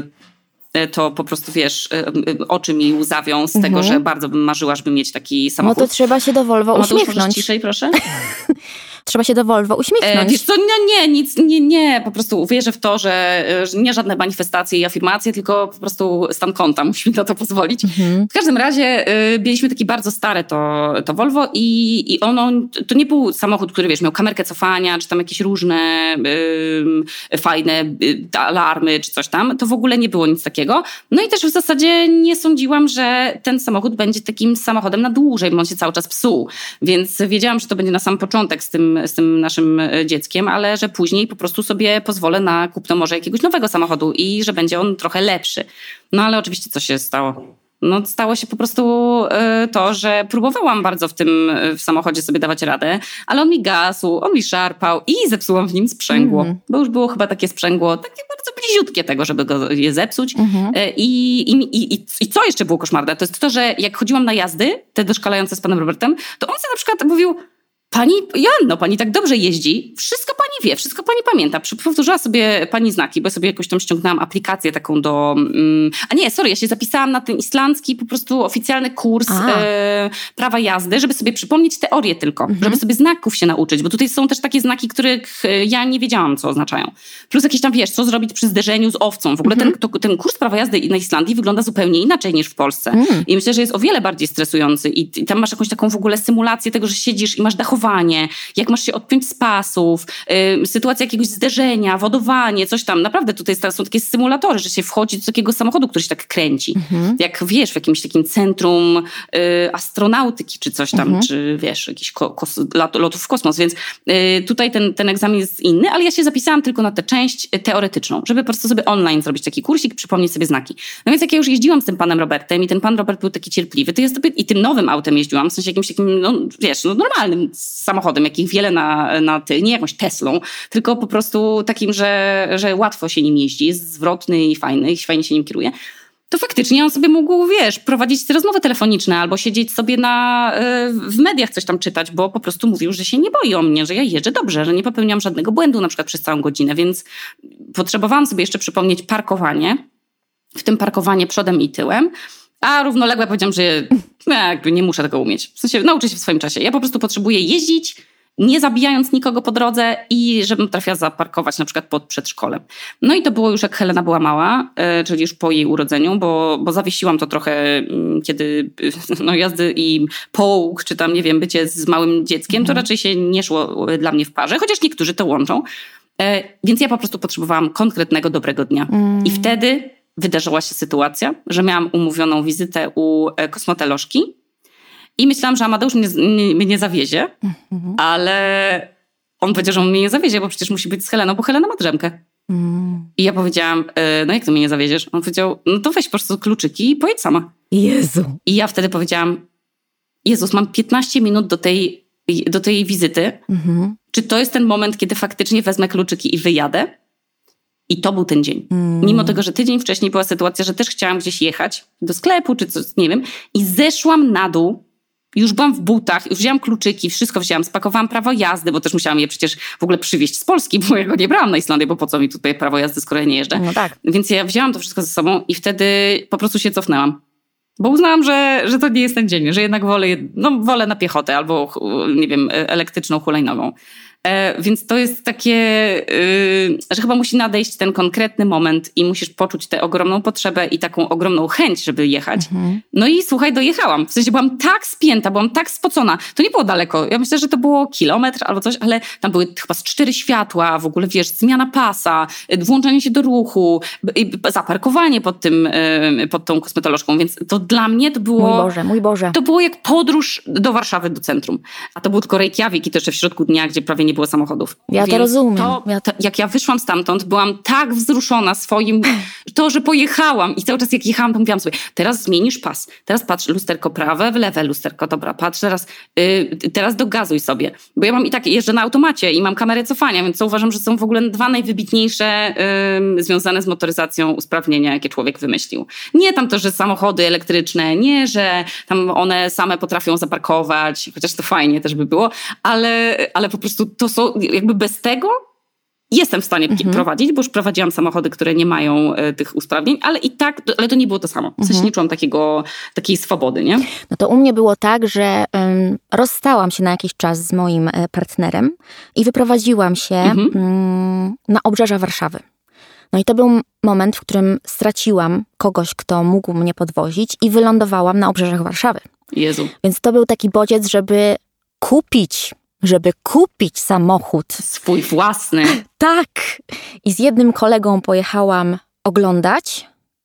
to po prostu wiesz, oczy mi łzawią z mhm. tego, że bardzo bym marzyła, żeby mieć taki samochód. No to trzeba się do Volvo Amadeusz, uśmiechnąć. możesz ciszej, proszę? Trzeba się do Volvo uśmiechnąć. E, wiesz co, nie, nie, nic, nie, nie, po prostu uwierzę w to, że, że nie żadne manifestacje i afirmacje, tylko po prostu stan konta, musi mi na to pozwolić. Mhm. W każdym razie y, mieliśmy taki bardzo stare to, to Volvo i, i ono, to nie był samochód, który wiesz, miał kamerkę cofania, czy tam jakieś różne y, fajne y, alarmy, czy coś tam. To w ogóle nie było nic takiego. No i też w zasadzie nie sądziłam, że ten samochód będzie takim samochodem na dłużej, bo on się cały czas psuł. Więc wiedziałam, że to będzie na sam początek z tym z tym naszym dzieckiem, ale że później po prostu sobie pozwolę na kupno może jakiegoś nowego samochodu i że będzie on trochę lepszy. No ale oczywiście co się stało? No stało się po prostu y, to, że próbowałam bardzo w tym w samochodzie sobie dawać radę, ale on mi gasł, on mi szarpał i zepsułam w nim sprzęgło. Mm-hmm. Bo już było chyba takie sprzęgło, takie bardzo bliziutkie tego, żeby go je zepsuć. Mm-hmm. Y, i, i, i, I co jeszcze było koszmarne? To jest to, że jak chodziłam na jazdy, te doszkalające z panem Robertem, to on sobie na przykład mówił: Pani Joanno, pani tak dobrze jeździ, wszystko pani wie, wszystko pani pamięta. Powtórzyła sobie pani znaki, bo ja sobie jakoś tam ściągnęłam aplikację taką do... Um, a nie, sorry, ja się zapisałam na ten islandzki po prostu oficjalny kurs e, prawa jazdy, żeby sobie przypomnieć teorię tylko, mhm. żeby sobie znaków się nauczyć, bo tutaj są też takie znaki, których ja nie wiedziałam, co oznaczają. Plus jakieś tam, wiesz, co zrobić przy zderzeniu z owcą. W ogóle mhm. ten, to, ten kurs prawa jazdy na Islandii wygląda zupełnie inaczej niż w Polsce. Mhm. I myślę, że jest o wiele bardziej stresujący i, i tam masz jakąś taką w ogóle symulację tego, że siedzisz i masz dachowanie, jak masz się odpiąć z pasów, yy, sytuacja jakiegoś zderzenia, wodowanie, coś tam. Naprawdę tutaj są takie symulatory, że się wchodzi do takiego samochodu, który się tak kręci. Mhm. Jak wiesz, w jakimś takim centrum yy, astronautyki czy coś tam, mhm. czy wiesz, jakiś ko- kos- lot, lotów w kosmos. Więc yy, tutaj ten, ten egzamin jest inny, ale ja się zapisałam tylko na tę część teoretyczną, żeby po prostu sobie online zrobić taki kursik, przypomnieć sobie znaki. No więc jak ja już jeździłam z tym panem Robertem i ten pan Robert był taki cierpliwy, to ja sobie i tym nowym autem jeździłam, w sensie jakimś takim, no wiesz, no normalnym samochodem, jakich wiele na, na ty, nie jakąś Teslą, tylko po prostu takim, że, że łatwo się nim jeździ, jest zwrotny i fajny, i fajnie się nim kieruje, to faktycznie on sobie mógł, wiesz, prowadzić rozmowy telefoniczne albo siedzieć sobie na, w mediach coś tam czytać, bo po prostu mówił, że się nie boi o mnie, że ja jeżdżę dobrze, że nie popełniam żadnego błędu na przykład przez całą godzinę, więc potrzebowałam sobie jeszcze przypomnieć parkowanie, w tym parkowanie przodem i tyłem, a równolegle powiedziałam, że ja jakby nie muszę tego umieć. W sensie nauczę się w swoim czasie. Ja po prostu potrzebuję jeździć, nie zabijając nikogo po drodze i żebym trafiła zaparkować na przykład pod przedszkolem. No i to było już jak Helena była mała, yy, czyli już po jej urodzeniu, bo, bo zawiesiłam to trochę, yy, kiedy yy, no jazdy i połóg, czy tam nie wiem, bycie z małym dzieckiem, to raczej się nie szło dla mnie w parze, chociaż niektórzy to łączą. Yy, więc ja po prostu potrzebowałam konkretnego, dobrego dnia. Mm. I wtedy wydarzyła się sytuacja, że miałam umówioną wizytę u kosmetolożki i myślałam, że Amadeusz mnie, mnie, mnie nie zawiezie, mm-hmm. ale on powiedział, że on mnie nie zawiezie, bo przecież musi być z Heleną, bo Helena ma drzemkę. Mm. I ja powiedziałam, no jak ty mnie nie zawieziesz? On powiedział, no to weź po prostu kluczyki i pojedź sama. Jezu. I ja wtedy powiedziałam, Jezus, mam piętnaście minut do tej, do tej wizyty. Mm-hmm. Czy to jest ten moment, kiedy faktycznie wezmę kluczyki i wyjadę? I to był ten dzień. Mm. Mimo tego, że tydzień wcześniej była sytuacja, że też chciałam gdzieś jechać do sklepu czy coś, nie wiem. I zeszłam na dół, już byłam w butach, już wzięłam kluczyki, wszystko wzięłam, spakowałam prawo jazdy, bo też musiałam je przecież w ogóle przywieźć z Polski, bo ja go nie brałam na Islandię, bo po co mi tutaj prawo jazdy, skoro ja nie jeżdżę. No tak. Więc ja wzięłam to wszystko ze sobą i wtedy po prostu się cofnęłam. Bo uznałam, że, że to nie jest ten dzień, że jednak wolę, no, wolę na piechotę albo, nie wiem, elektryczną hulajnogą. E, więc to jest takie, yy, że chyba musi nadejść ten konkretny moment i musisz poczuć tę ogromną potrzebę i taką ogromną chęć, żeby jechać. Mhm. No i słuchaj, dojechałam. W sensie byłam tak spięta, byłam tak spocona. To nie było daleko. Ja myślę, że to było kilometr albo coś, ale tam były chyba z cztery światła, w ogóle wiesz, zmiana pasa, włączenie się do ruchu, zaparkowanie pod tym, yy, pod tą kosmetolożką. Więc to dla mnie to było... Mój Boże, mój Boże. To było jak podróż do Warszawy, do centrum. A to był tylko Reykjavik i to jeszcze w środku dnia, gdzie prawie nie było samochodów. Ja Więc to rozumiem. To, ja to... Jak ja wyszłam stamtąd, byłam tak wzruszona swoim, to, że pojechałam i cały czas jak jechałam, to mówiłam sobie, teraz zmienisz pas, teraz patrz, lusterko prawe, w lewe lusterko, dobra, patrz teraz, yy, teraz dogazuj sobie. Bo ja mam i tak jeżdżę na automacie i mam kamerę cofania, więc to uważam, że są w ogóle dwa najwybitniejsze yy, związane z motoryzacją usprawnienia, jakie człowiek wymyślił. Nie tam to, że samochody elektryczne, nie, że tam one same potrafią zaparkować, chociaż to fajnie też by było, ale, ale po prostu to są, jakby bez tego jestem w stanie mhm. prowadzić, bo już prowadziłam samochody, które nie mają y, tych usprawnień, ale i tak, to, ale to nie było to samo. W sensie mhm. nie czułam takiego, takiej swobody, nie? No to u mnie było tak, że ym, rozstałam się na jakiś czas z moim y, partnerem i wyprowadziłam się mhm. ym, na obrzeża Warszawy. No i to był moment, w którym straciłam kogoś, kto mógł mnie podwozić i wylądowałam na obrzeżach Warszawy. Jezu. Więc to był taki bodziec, żeby kupić żeby kupić samochód. Swój własny. Tak. I z jednym kolegą pojechałam oglądać,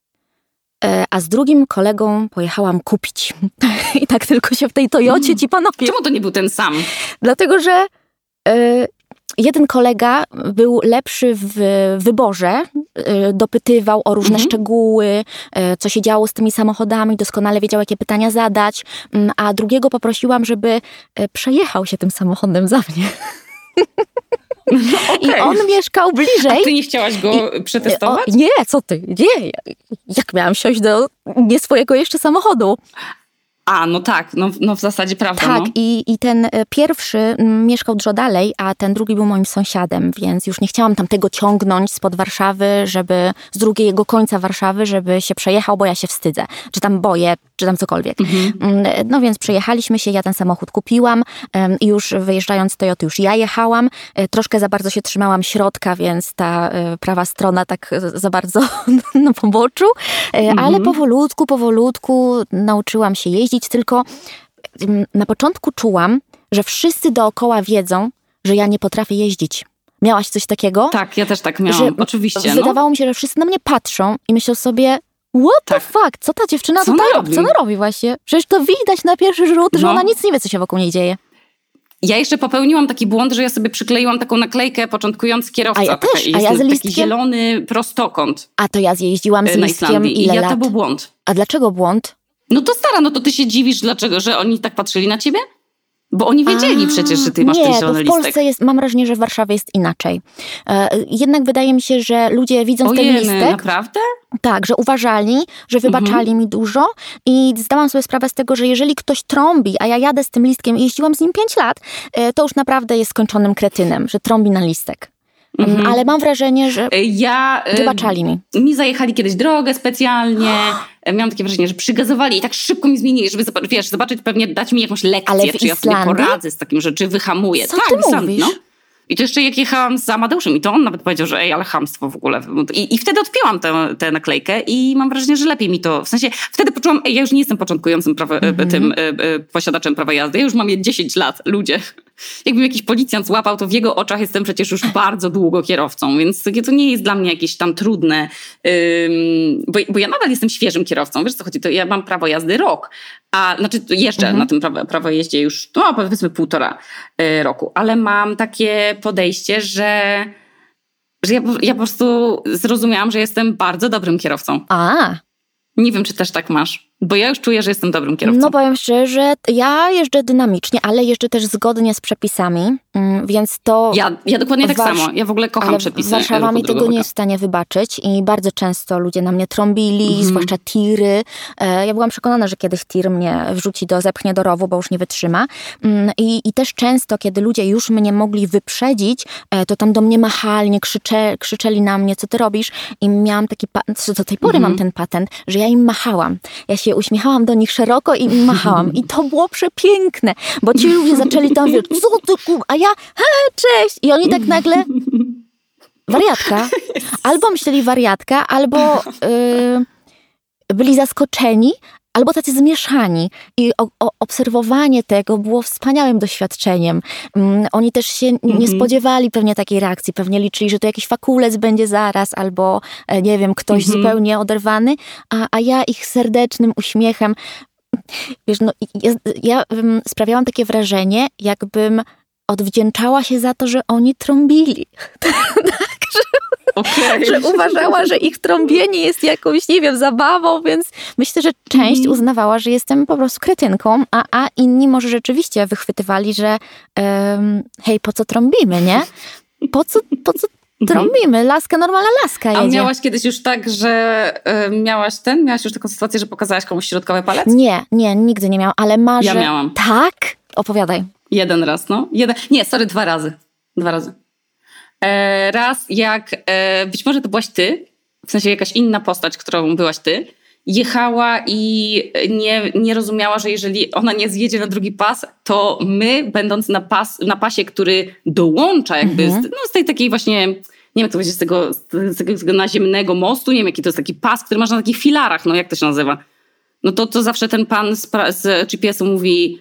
a z drugim kolegą pojechałam kupić. I tak tylko się w tej Toyocie ci panowie... Czemu to nie był ten sam? Dlatego, że y, jeden kolega był lepszy w wyborze, y, dopytywał o różne mhm. szczegóły, y, co się działo z tymi samochodami, doskonale wiedział, jakie pytania zadać, y, a drugiego poprosiłam, żeby y, przejechał się tym samochodem za mnie. No, okay. I on mieszkał bliżej. A ty nie chciałaś go I, przetestować? O, nie, co ty? Nie. Jak miałam wsiąść do nie swojego jeszcze samochodu? A, no tak, no, no w zasadzie prawda. Tak, no. i, i ten pierwszy m, mieszkał dużo dalej, a ten drugi był moim sąsiadem, więc już nie chciałam tamtego ciągnąć spod Warszawy, żeby z drugiego końca Warszawy, żeby się przejechał, bo ja się wstydzę, czy tam boję, czy tam cokolwiek. Mhm. No więc przejechaliśmy się, ja ten samochód kupiłam um, i już wyjeżdżając z Toyoty już ja jechałam. Troszkę za bardzo się trzymałam środka, więc ta y, prawa strona tak za bardzo na poboczu, mhm. ale powolutku, powolutku nauczyłam się jeździć. Tylko na początku czułam, że wszyscy dookoła wiedzą, że ja nie potrafię jeździć. Miałaś coś takiego? Tak, ja też tak miałam, że oczywiście. Wydawało no. mi się, że wszyscy na mnie patrzą i myślą sobie, what tak. the fuck, co ta dziewczyna co tutaj robi? robi? Co ona robi właśnie? Przecież to widać na pierwszy rzut, no. że ona nic nie wie, co się wokół niej dzieje. Ja jeszcze popełniłam taki błąd, że ja sobie przykleiłam taką naklejkę początkujący kierowca. A ja taka, też, i a ja z listkiem. Taki zielony prostokąt. A to ja zjeździłam z listkiem ile I ja lat? to był błąd. A dlaczego błąd? No to stara, no to ty się dziwisz, dlaczego, że oni tak patrzyli na ciebie? Bo oni wiedzieli A, przecież, że ty masz nie, ten zielony listek. Nie, w Polsce jest, mam wrażenie, że w Warszawie jest inaczej. E, jednak wydaje mi się, że ludzie widząc Ojeny, ten listek... naprawdę? Tak, że uważali, że wybaczali mhm. mi dużo i zdałam sobie sprawę z tego, że jeżeli ktoś trąbi, a ja jadę z tym listkiem i jeździłam z nim pięć lat, to już naprawdę jest skończonym kretynem, że trąbi na listek. Mhm. Ale mam wrażenie, że ja, wybaczali mi. Mi zajechali kiedyś drogę specjalnie. Miałam takie wrażenie, że przygazowali i tak szybko mi zmienili, żeby wiesz, zobaczyć, pewnie dać mi jakąś lekcję, Ale czy ja sobie poradzę z takim, że czy wyhamuję. Co tak, ty mówisz? No. I to jeszcze jak jechałam z Amadeuszem i to on nawet powiedział, że ej, ale chamstwo w ogóle. I, i wtedy odpięłam tę, tę naklejkę i mam wrażenie, że lepiej mi to, w sensie wtedy poczułam, ej, ja już nie jestem początkującym prawa, mm-hmm. tym y, y, posiadaczem prawa jazdy, ja już mam je dziesięć lat, ludzie. Jakby jakiś policjant złapał, to w jego oczach jestem przecież już bardzo długo kierowcą, więc to nie jest dla mnie jakieś tam trudne, ym, bo, bo ja nadal jestem świeżym kierowcą, wiesz co chodzi, to ja mam prawo jazdy rok, a znaczy jeżdżę mm-hmm. na tym prawo, prawo jeździe już, no powiedzmy półtora y, roku, ale mam takie podejście, że, że ja, ja po prostu zrozumiałam, że jestem bardzo dobrym kierowcą. A. Nie wiem, czy też tak masz. Bo ja już czuję, że jestem dobrym kierowcą. No powiem szczerze, ja jeżdżę dynamicznie, ale jeżdżę też zgodnie z przepisami, więc to... Ja, ja dokładnie tak Warsz... samo. Ja w ogóle kocham ale przepisy. Warszawa mi tego nie jest w stanie wybaczyć i bardzo często ludzie na mnie trąbili, mm-hmm. zwłaszcza tiry. Ja byłam przekonana, że kiedyś tir mnie wrzuci do, zepchnie do rowu, bo już nie wytrzyma. I, i też często, kiedy ludzie już mnie mogli wyprzedzić, to tam do mnie machalnie krzycze, krzyczeli na mnie, co ty robisz? I miałam taki, pa- do tej pory mm-hmm. mam ten patent, że ja im machałam. Ja się uśmiechałam do nich szeroko i im machałam. I to było przepiękne, bo ci ludzie zaczęli tam mówić, co ty kum, a ja, he, cześć. I oni tak nagle, wariatka. Albo myśleli wariatka, albo yy, byli zaskoczeni, albo tacy zmieszani. I o, o, obserwowanie tego było wspaniałym doświadczeniem. Um, oni też się mm-hmm. nie spodziewali pewnie takiej reakcji. Pewnie liczyli, że to jakiś fakulec będzie zaraz, albo nie wiem, ktoś mm-hmm. zupełnie oderwany, a, a ja ich serdecznym uśmiechem. Wiesz, no, ja, ja um, sprawiałam takie wrażenie, jakbym odwdzięczała się za to, że oni trąbili. Tak, że... Okay. Że uważała, że ich trąbienie jest jakąś, nie wiem, zabawą, więc myślę, że część mm. uznawała, że jestem po prostu kretynką, a, a inni może rzeczywiście wychwytywali, że um, hej, po co trąbimy, nie? Po co, po co trąbimy? Laska, normalna laska jedzie. A miałaś kiedyś już tak, że y, miałaś ten, miałaś już taką sytuację, że pokazałaś komuś środkowy palec? Nie, nie, nigdy nie miałam, ale marzę. Ja miałam. Tak? Opowiadaj. Jeden raz, no. Jeden, nie, sorry, dwa razy. Dwa razy. Raz jak, być może to byłaś ty, w sensie jakaś inna postać, którą byłaś ty, jechała i nie, nie rozumiała, że jeżeli ona nie zjedzie na drugi pas, to my, będąc na, pas, na pasie, który dołącza jakby mhm. z, no, z tej takiej właśnie, nie wiem jak to powiedzieć, z tego, z tego, z tego naziemnego mostu, nie wiem jaki to jest taki pas, który masz na takich filarach, no jak to się nazywa? No to, to zawsze ten pan z, z G P S-u mówi...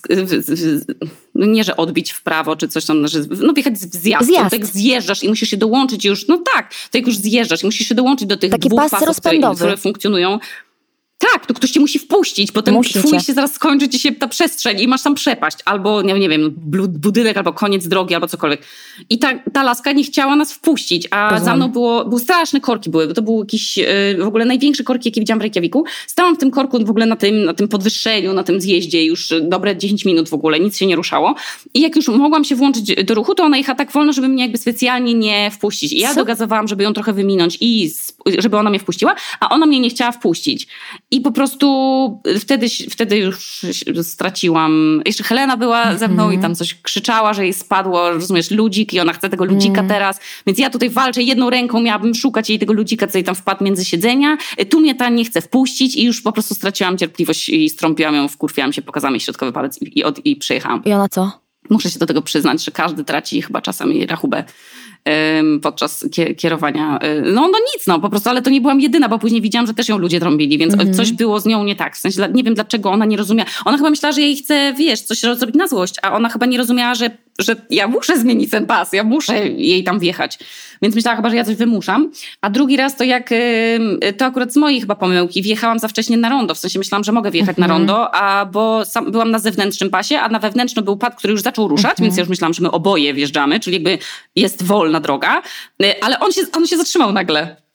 No nie, że odbić w prawo, czy coś tam, że no wjechać w zjazd, zjazd. Tak zjeżdżasz i musisz się dołączyć już, no tak, to jak już zjeżdżasz i musisz się dołączyć do tych Taki dwóch pas pasów, które, które funkcjonują. Tak, to ktoś cię musi wpuścić, potem Musicie. twój się zaraz skończy ci się ta przestrzeń i masz tam przepaść, albo nie, nie wiem, budynek, albo koniec drogi, albo cokolwiek. I ta, ta laska nie chciała nas wpuścić, a Rozumiem. za mną było, były straszne korki były, bo to był jakiś yy, w ogóle największy korki, jaki widziałam w Reykjaviku. Stałam w tym korku w ogóle na tym, na tym podwyższeniu, na tym zjeździe już dobre dziesięć minut w ogóle, nic się nie ruszało. I jak już mogłam się włączyć do ruchu, to ona jechała tak wolno, żeby mnie jakby specjalnie nie wpuścić. I ja Co? dogazowałam, żeby ją trochę wyminąć i żeby ona mnie wpuściła, a ona mnie nie chciała wpuścić. I po prostu wtedy, wtedy już straciłam. Jeszcze Helena była ze mną mm. i tam coś krzyczała, że jej spadło, rozumiesz, ludzik i ona chce tego ludzika mm. teraz. Więc ja tutaj walczę jedną ręką, miałabym szukać jej tego ludzika, co jej tam wpadł między siedzenia. Tu mnie ta nie chce wpuścić i już po prostu straciłam cierpliwość i strąpiłam ją, wkurwiałam się, pokazałam jej środkowy palec i, i, od, i przejechałam. I ona co? Muszę się do tego przyznać, że każdy traci chyba czasami rachubę podczas kierowania. No, no nic, no po prostu, ale to nie byłam jedyna, bo później widziałam, że też ją ludzie trąbili, więc mm-hmm. coś było z nią nie tak. W sensie, nie wiem dlaczego ona nie rozumie. Ona chyba myślała, że jej chce, wiesz, coś zrobić na złość, a ona chyba nie rozumiała, że, że ja muszę zmienić ten pas, ja muszę jej tam wjechać. Więc myślała chyba, że ja coś wymuszam. A drugi raz to jak, to akurat z mojej chyba pomyłki, wjechałam za wcześnie na rondo. W sensie myślałam, że mogę wjechać mm-hmm. na rondo, a bo sam, byłam na zewnętrznym pasie, a na wewnętrznym był pad, który już zaczął ruszać, mm-hmm. więc ja już myślałam, że my oboje wjeżdżamy, czyli jakby jest wolna droga. Ale on się, on się zatrzymał nagle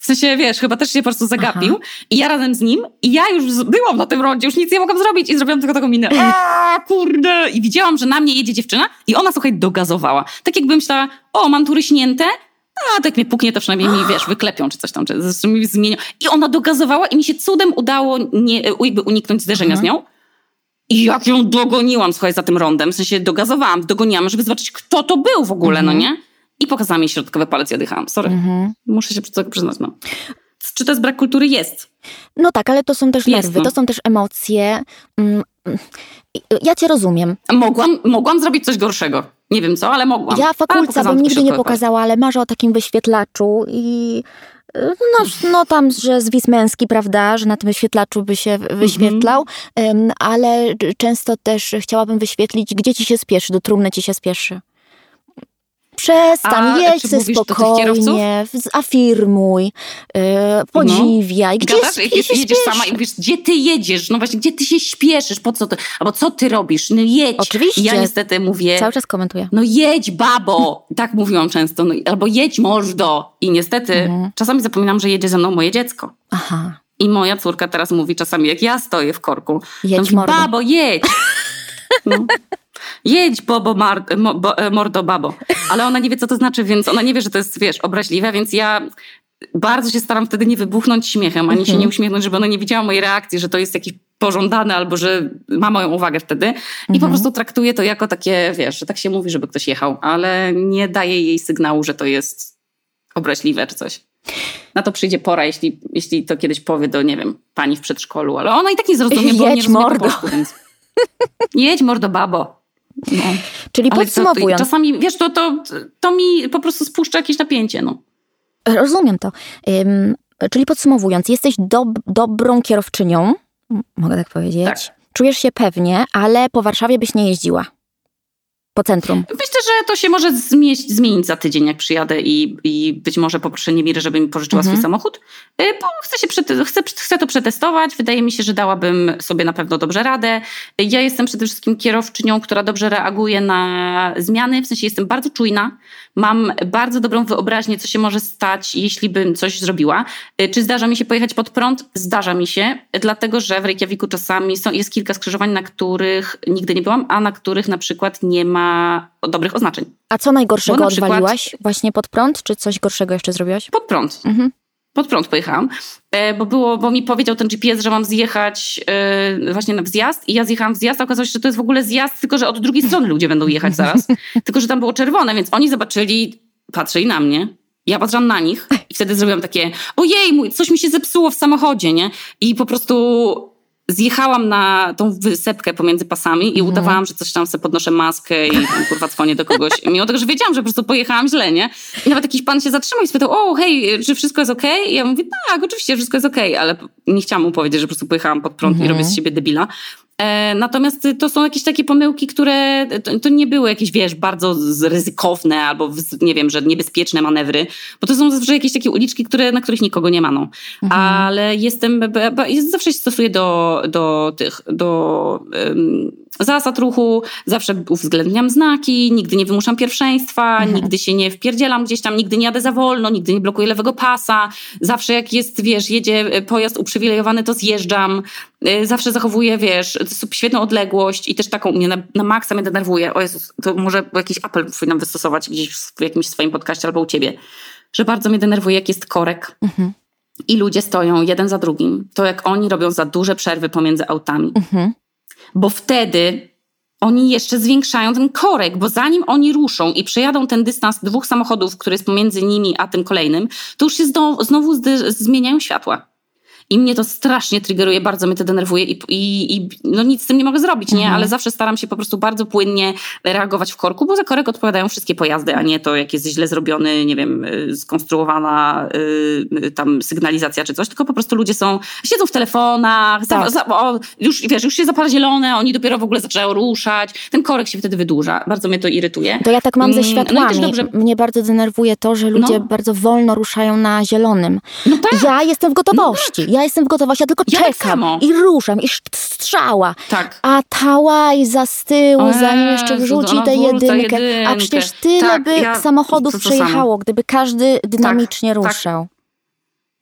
W sensie, wiesz, chyba też się po prostu zagapił. Aha. I ja razem z nim, i ja już byłam na tym rondzie, już nic nie mogłam zrobić i zrobiłam tylko taką minę. A kurde! I widziałam, że na mnie jedzie dziewczyna i ona, słuchaj, dogazowała. Tak jakbym myślała, o, mam tu ryśnięte, a tak mnie puknie, to przynajmniej mi, wiesz, wyklepią czy coś tam, czy mi zmienią. I ona dogazowała i mi się cudem udało nie, jakby uniknąć zderzenia Aha. z nią. I jak ją dogoniłam, słuchaj, za tym rondem, w sensie dogazowałam, dogoniłam, żeby zobaczyć, kto to był w ogóle, mhm. no nie? I pokazała mi środkowy palec i odjechałam. Sorry. Mhm. Muszę się przyznać, no. Czy to jest brak kultury? Jest. No tak, ale to są też jest, nerwy, no. to są też emocje. Ja cię rozumiem. Mogłam, mogłam zrobić coś gorszego. Nie wiem co, ale mogłam. Ja fakulca bym nigdy nie pokazała, ale marzę o takim wyświetlaczu i no, no tam, że zwis męski, prawda, że na tym wyświetlaczu by się wyświetlał, mm-hmm. ale często też chciałabym wyświetlić, gdzie ci się spieszy, do trumny ci się spieszy. Przestań, jedź ze spokojnie, afirmuj, yy, podziwiaj. No. Gdzie Gadasz, jak jedziesz spieszy? Sama i mówisz, gdzie ty jedziesz? No właśnie, gdzie ty się śpieszysz? Po co to? Albo co ty robisz? No jedź. Oczywiście. I ja niestety mówię... Cały czas komentuję. No jedź, babo! Tak mówiłam często. No, albo jedź, mordo. I niestety mhm. czasami zapominam, że jedzie ze mną moje dziecko. Aha. I moja córka teraz mówi czasami, jak ja stoję w korku. Jedź, mówi, mordo. Babo, jedź! No. Jedź, bobo, mar, mo, bo, mordo, babo. Ale ona nie wie, co to znaczy, więc ona nie wie, że to jest, wiesz, obraźliwe, więc ja bardzo się staram wtedy nie wybuchnąć śmiechem, ani się nie uśmiechnąć, żeby ona nie widziała mojej reakcji, że to jest jakiś pożądane, albo że ma moją uwagę wtedy. I mhm. po prostu traktuję to jako takie, wiesz, że tak się mówi, żeby ktoś jechał, ale nie daje jej sygnału, że to jest obraźliwe czy coś. Na to przyjdzie pora, jeśli, jeśli to kiedyś powie do, nie wiem, pani w przedszkolu, ale ona i tak nie zrozumie, bo Jedź, nie rozumie mordo. po polsku, więc... Jedź, mordo, babo. No. Czyli ale podsumowując. To, to, czasami, wiesz, to, to, to mi po prostu spuszcza jakieś napięcie, no. Rozumiem to. Um, czyli podsumowując, jesteś dob- dobrą kierowczynią, mogę tak powiedzieć. Tak. Czujesz się pewnie, ale po Warszawie byś nie jeździła. Po centrum. Myślę, że to się może zmieść, zmienić za tydzień, jak przyjadę i, i być może poproszę Niemirę, żeby mi pożyczyła mhm. swój samochód, bo chcę, się przety- chcę, chcę to przetestować. Wydaje mi się, że dałabym sobie na pewno dobrze radę. Ja jestem przede wszystkim kierowczynią, która dobrze reaguje na zmiany, w sensie jestem bardzo czujna, mam bardzo dobrą wyobraźnię, co się może stać, jeśli bym coś zrobiła. Czy zdarza mi się pojechać pod prąd? Zdarza mi się, dlatego że w Reykjaviku czasami są, jest kilka skrzyżowań, na których nigdy nie byłam, a na których na przykład nie ma dobrych oznaczeń. A co najgorszego na przykład, odwaliłaś? Właśnie pod prąd? Czy coś gorszego jeszcze zrobiłaś? Pod prąd. Mhm. Pod prąd pojechałam, bo, było, bo mi powiedział ten G P S, że mam zjechać yy, właśnie na wzjazd i ja zjechałam w zjazd, a okazało się, że to jest w ogóle zjazd, tylko że od drugiej strony ludzie będą jechać zaraz. Tylko że tam było czerwone, więc oni zobaczyli, patrzyli na mnie, ja patrzyłam na nich i wtedy zrobiłam takie, ojej, mój, coś mi się zepsuło w samochodzie, nie? I po prostu... Zjechałam na tą wysepkę pomiędzy pasami i mm. udawałam, że coś tam sobie podnoszę maskę i tam, kurwa dzwonię do kogoś. Mimo tego, że wiedziałam, że po prostu pojechałam źle, nie? I nawet jakiś pan się zatrzymał i spytał, o hej, czy wszystko jest okej? Okay? I ja mówię, tak, oczywiście, wszystko jest okej, okay, ale nie chciałam mu powiedzieć, że po prostu pojechałam pod prąd mm. i robię z siebie debila. E, natomiast to są jakieś takie pomyłki, które to, to nie były jakieś, wiesz, bardzo ryzykowne albo, nie wiem, że niebezpieczne manewry, bo to są zawsze jakieś takie uliczki, które, na których nikogo nie ma, no. Mhm. Ale jestem, b, b, zawsze się stosuję do, do tych, do um, zasad ruchu, zawsze uwzględniam znaki, nigdy nie wymuszam pierwszeństwa, mhm. nigdy się nie wpierdzielam gdzieś tam, nigdy nie jadę za wolno, nigdy nie blokuję lewego pasa, zawsze jak jest, wiesz, jedzie pojazd uprzywilejowany, to zjeżdżam, zawsze zachowuję, wiesz, świetną odległość i też taką mnie na, na maksa mnie denerwuje. O Jezus, to może jakiś apel powinnam wystosować gdzieś w jakimś swoim podcaście albo u ciebie, że bardzo mnie denerwuje, jak jest korek mhm. i ludzie stoją jeden za drugim. To jak oni robią za duże przerwy pomiędzy autami. Mhm. Bo wtedy oni jeszcze zwiększają ten korek, bo zanim oni ruszą i przejadą ten dystans dwóch samochodów, który jest pomiędzy nimi a tym kolejnym, to już się znowu, znowu zdy, zmieniają światła. I mnie to strasznie triggeruje, bardzo mnie to denerwuje i, i, i no nic z tym nie mogę zrobić, nie? Mhm. Ale zawsze staram się po prostu bardzo płynnie reagować w korku, bo za korek odpowiadają wszystkie pojazdy, a nie to, jak jest źle zrobiony, nie wiem, skonstruowana y, tam sygnalizacja czy coś, tylko po prostu ludzie są, siedzą w telefonach, tak. za, za, o, już, wiesz, już się zapala zielone, oni dopiero w ogóle zaczynają ruszać, ten korek się wtedy wydłuża, bardzo mnie to irytuje. To ja tak mam ze światłami, no dobrze... mnie bardzo denerwuje to, że ludzie no. bardzo wolno ruszają na zielonym. No tak. Ja jestem w gotowości. No tak. Ja jestem w gotowości, ja tylko ja czekam tak i ruszam i strzała. Tak. A tałaj za z tyłu, eee, zanim jeszcze wrzuci tę jedynkę. jedynkę. A przecież tyle tak, by ja, samochodów to, to przejechało, samo. Gdyby każdy dynamicznie tak, ruszał.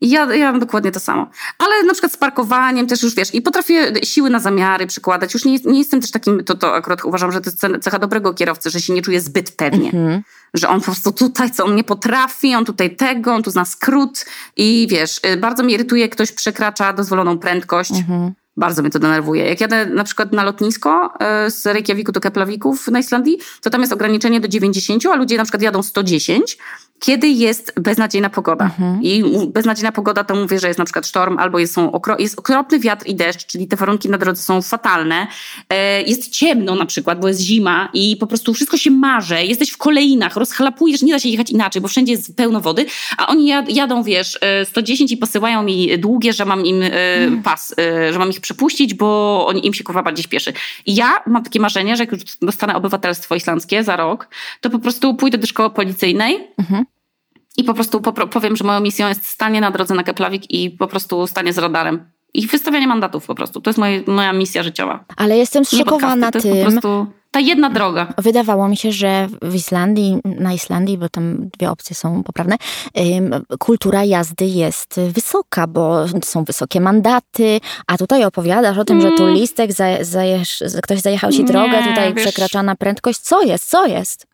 Ja, ja mam dokładnie to samo. Ale na przykład z parkowaniem też już wiesz, i potrafię siły na zamiary przykładać. Już nie, nie jestem też takim, to, to akurat uważam, że to jest cecha dobrego kierowcy, że się nie czuje zbyt pewnie. Mm-hmm. Że on po prostu tutaj, co on nie potrafi, on tutaj tego, on tu zna skrót i wiesz, bardzo mnie irytuje, jak ktoś przekracza dozwoloną prędkość. Mm-hmm. Bardzo mnie to denerwuje. Jak jadę na przykład na lotnisko z Reykjaviku do Keplavików na Islandii, to tam jest ograniczenie do dziewięćdziesiąt, a ludzie na przykład jadą sto dziesięć, kiedy jest beznadziejna pogoda. Mhm. I beznadziejna pogoda to mówię, że jest na przykład sztorm, albo jest, są okro- jest okropny wiatr i deszcz, czyli te warunki na drodze są fatalne. E, jest ciemno na przykład, bo jest zima i po prostu wszystko się marze. Jesteś w kolejnach, rozchlapujesz, nie da się jechać inaczej, bo wszędzie jest pełno wody, a oni jad- jadą, wiesz, sto dziesięć i posyłają mi długie, że mam im e, mm. pas, e, że mam ich przepuścić, bo oni, im się kurwa bardziej śpieszy. I ja mam takie marzenie, że jak już dostanę obywatelstwo islandzkie za rok, to po prostu pójdę do szkoły policyjnej, mhm. I po prostu popro- powiem, że moją misją jest stanie na drodze na Keflavik i po prostu stanie z radarem. I wystawianie mandatów po prostu. To jest moje, moja misja życiowa. Ale jestem zszokowana tym. To jest po prostu ta jedna droga. Wydawało mi się, że w Islandii, na Islandii, bo tam dwie opcje są poprawne, kultura jazdy jest wysoka, bo są wysokie mandaty, a tutaj opowiadasz o tym, mm. że tu listek, za, zajesz, ktoś zajechał ci drogę, nie, tutaj wiesz, przekraczana prędkość. Co jest? Co jest?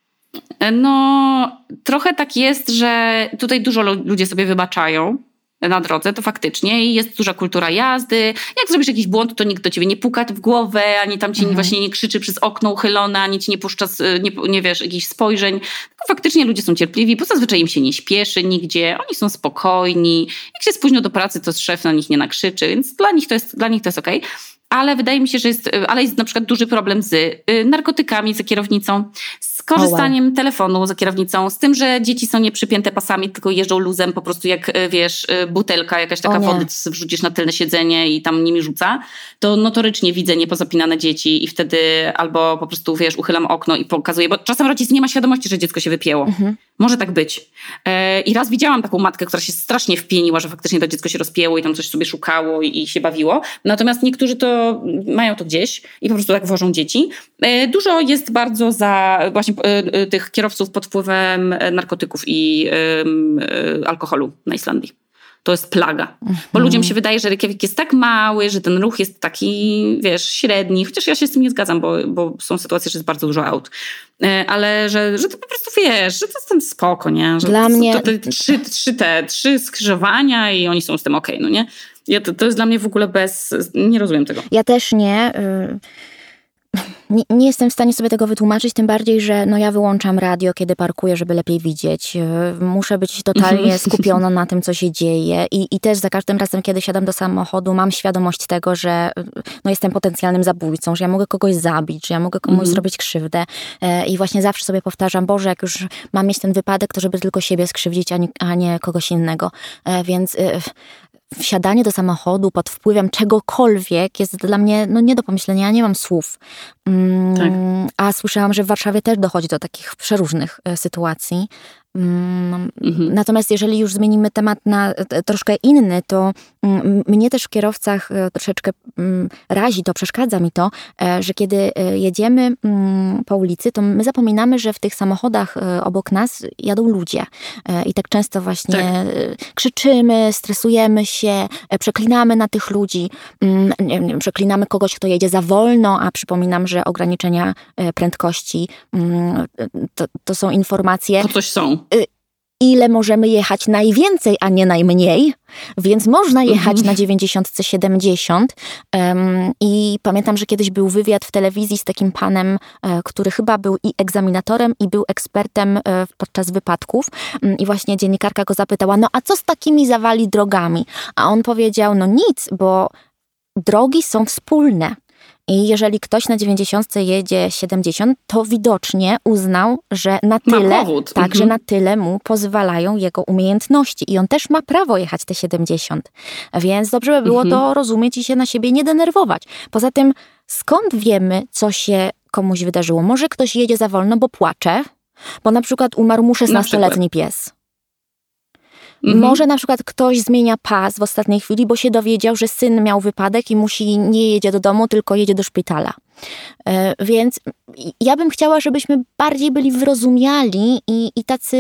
No, trochę tak jest, że tutaj dużo ludzie sobie wybaczają na drodze, to faktycznie i jest duża kultura jazdy. Jak zrobisz jakiś błąd, to nikt do ciebie nie puka w głowę, ani tam ci mhm. właśnie nie krzyczy przez okno uchylone, ani ci nie puszcza, nie, nie wiesz, jakichś spojrzeń. Tylko faktycznie ludzie są cierpliwi, bo zazwyczaj im się nie śpieszy nigdzie, oni są spokojni. Jak się spóźnią do pracy, to szef na nich nie nakrzyczy, więc dla nich to jest, dla nich to jest okej. Okay. Ale wydaje mi się, że jest, ale jest na przykład duży problem z narkotykami za kierownicą, z korzystaniem oh wow. telefonu za kierownicą, z tym, że dzieci są nie przypięte pasami, tylko jeżdżą luzem, po prostu jak, wiesz, butelka, jakaś taka wody wrzucisz na tylne siedzenie i tam nimi rzuca, to notorycznie widzę niepozapinane dzieci i wtedy albo po prostu, wiesz, uchylam okno i pokazuję, bo czasem rodzic nie ma świadomości, że dziecko się wypięło. Mhm. Może tak być. I raz widziałam taką matkę, która się strasznie wpieniła, że faktycznie to dziecko się rozpięło i tam coś sobie szukało i, i się bawiło. Natomiast niektórzy to mają to gdzieś i po prostu tak wożą dzieci. Dużo jest bardzo za właśnie tych kierowców pod wpływem narkotyków i alkoholu na Islandii. To jest plaga. Mhm. Bo ludziom się wydaje, że Reykjavik jest tak mały, że ten ruch jest taki, wiesz, średni. Chociaż ja się z tym nie zgadzam, bo, bo są sytuacje, że jest bardzo dużo aut. Ale że, że to po prostu, wiesz, że to jest ten spoko, nie? Że dla to, mnie... To, te trzy, trzy, te, trzy skrzyżowania i oni są z tym okej, okay, no nie? Ja, to, to jest dla mnie w ogóle bez... Nie rozumiem tego. Ja też nie... Y- Nie, nie jestem w stanie sobie tego wytłumaczyć, tym bardziej, że no ja wyłączam radio, kiedy parkuję, żeby lepiej widzieć. Muszę być totalnie skupiona na tym, co się dzieje i, i też za każdym razem, kiedy siadam do samochodu, mam świadomość tego, że no jestem potencjalnym zabójcą, że ja mogę kogoś zabić, że ja mogę komuś mhm. zrobić krzywdę i właśnie zawsze sobie powtarzam, Boże, jak już mam mieć ten wypadek, to żeby tylko siebie skrzywdzić, a nie, a nie kogoś innego. Więc... Wsiadanie do samochodu pod wpływem czegokolwiek jest dla mnie no, nie do pomyślenia, ja nie mam słów. Mm, tak. A słyszałam, że w Warszawie też dochodzi do takich przeróżnych e, sytuacji. Mm, mhm. Natomiast jeżeli już zmienimy temat na e, troszkę inny, to mm, mnie też w kierowcach e, troszeczkę mm, razi to, przeszkadza mi to, e, że kiedy e, jedziemy mm, po ulicy, to my zapominamy, że w tych samochodach e, obok nas jadą ludzie. E, I tak często właśnie tak. e, krzyczymy, stresujemy się, e, przeklinamy na tych ludzi, mm, nie, nie, przeklinamy kogoś, kto jedzie za wolno, a przypominam, że ograniczenia e, prędkości mm, to, to są informacje... To coś są. Ile możemy jechać najwięcej, a nie najmniej, więc można jechać mm-hmm. na dziewięćdziesiąt siedemdziesiąt um, i pamiętam, że kiedyś był wywiad w telewizji z takim panem, e, który chyba był i egzaminatorem i był ekspertem e, podczas wypadków um, i właśnie dziennikarka go zapytała, no a co z takimi zawali drogami? A on powiedział, no nic, bo drogi są wspólne. I jeżeli ktoś na dziewięćdziesiątce jedzie siedemdziesiąt, to widocznie uznał, że na tyle, tak, mhm. że na tyle mu pozwalają jego umiejętności. I on też ma prawo jechać te siedemdziesiąt. Więc dobrze by było mhm. to rozumieć i się na siebie nie denerwować. Poza tym, skąd wiemy, co się komuś wydarzyło? Może ktoś jedzie za wolno, bo płacze, bo na przykład umarł mu szesnastoletni pies. Mhm. Może na przykład ktoś zmienia pas w ostatniej chwili, bo się dowiedział, że syn miał wypadek i musi nie jedzie do domu, tylko jedzie do szpitala. Więc ja bym chciała, żebyśmy bardziej byli wyrozumiali i, i tacy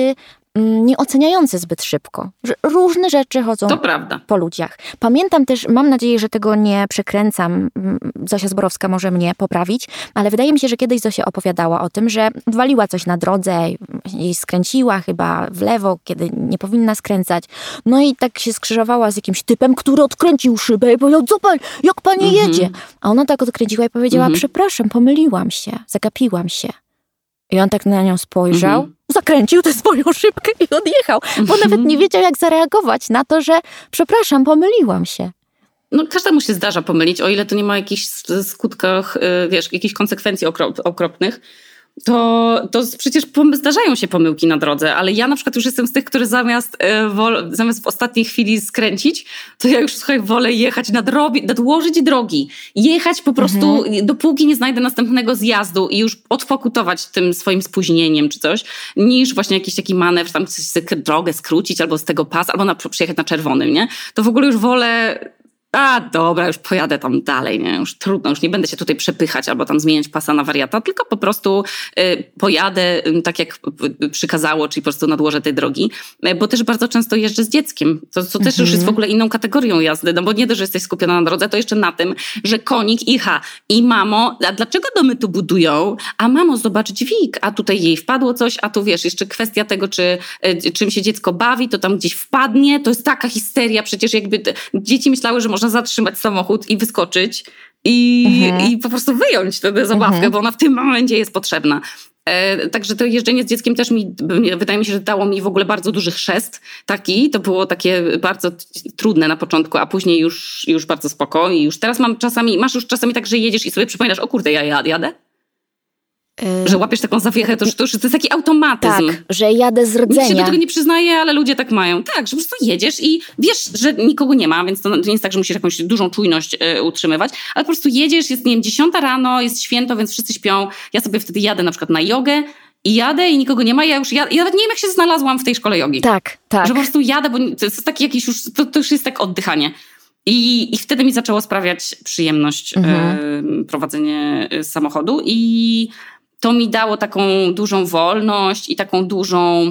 nieoceniający zbyt szybko. Że różne rzeczy chodzą to prawda. po ludziach. Pamiętam też, mam nadzieję, że tego nie przekręcam, Zosia Zborowska może mnie poprawić, ale wydaje mi się, że kiedyś Zosia opowiadała o tym, że waliła coś na drodze, jej skręciła chyba w lewo, kiedy nie powinna skręcać. No i tak się skrzyżowała z jakimś typem, który odkręcił szybę i powiedział, co pan, jak pani mhm. jedzie? A ona tak odkręciła i powiedziała, mhm. przepraszam, pomyliłam się, zagapiłam się. I on tak na nią spojrzał, mhm. zakręcił tę swoją szybkę i odjechał, bo nawet nie wiedział, jak zareagować na to, że przepraszam, pomyliłam się. No każdemu się zdarza pomylić, o ile to nie ma jakichś skutkach, wiesz, jakichś konsekwencji okropnych. To, to przecież zdarzają się pomyłki na drodze, ale ja na przykład już jestem z tych, które zamiast, wol, zamiast w ostatniej chwili skręcić, to ja już, słuchaj, wolę jechać, nadrobić, nadłożyć drogi. Jechać po prostu, mhm. dopóki nie znajdę następnego zjazdu i już odpokutować tym swoim spóźnieniem czy coś, niż właśnie jakiś taki manewr, tam drogę skrócić albo z tego pas, albo na, przyjechać na czerwonym, nie? To w ogóle już wolę... A dobra, już pojadę tam dalej, nie? Już trudno, już nie będę się tutaj przepychać albo tam zmieniać pasa na wariata, tylko po prostu y, pojadę y, tak jak przykazało, czyli po prostu nadłożę tej drogi, y, bo też bardzo często jeżdżę z dzieckiem, to, to też mm-hmm. już jest w ogóle inną kategorią jazdy, no bo nie dość, że jesteś skupiona na drodze, to jeszcze na tym, że konik i ha, i mamo, a dlaczego domy tu budują? A mamo, zobacz dźwig, a tutaj jej wpadło coś, a tu wiesz, jeszcze kwestia tego, czy y, czym się dziecko bawi, to tam gdzieś wpadnie, to jest taka histeria, przecież jakby t- dzieci myślały, że można zatrzymać samochód i wyskoczyć i, mhm. i po prostu wyjąć tę zabawkę, mhm. bo ona w tym momencie jest potrzebna. E, także to jeżdżenie z dzieckiem też mi, wydaje mi się, że dało mi w ogóle bardzo duży chrzest taki. To było takie bardzo trudne na początku, a później już, już bardzo spoko. I już teraz mam czasami, masz już czasami tak, że jedziesz i sobie przypominasz, o kurde, ja jadę? Że łapiesz taką zawiechę, to już, to już to jest taki automatyzm. Tak, że jadę z rdzenia. Nikt się do tego nie przyznaje, ale ludzie tak mają. Tak, że po prostu jedziesz i wiesz, że nikogo nie ma, więc to nie jest tak, że musisz jakąś dużą czujność y, utrzymywać, ale po prostu jedziesz, jest, nie wiem, dziesiąta rano, jest święto, więc wszyscy śpią. Ja sobie wtedy jadę na przykład na jogę i jadę i nikogo nie ma. Ja już jadę, ja nawet nie wiem, jak się znalazłam w tej szkole jogi. Tak, tak. Że po prostu jadę, bo to jest taki jakiś już, to, to już jest tak oddychanie. I, I wtedy mi zaczęło sprawiać przyjemność mhm. y, prowadzenie samochodu i to mi dało taką dużą wolność i taką dużą,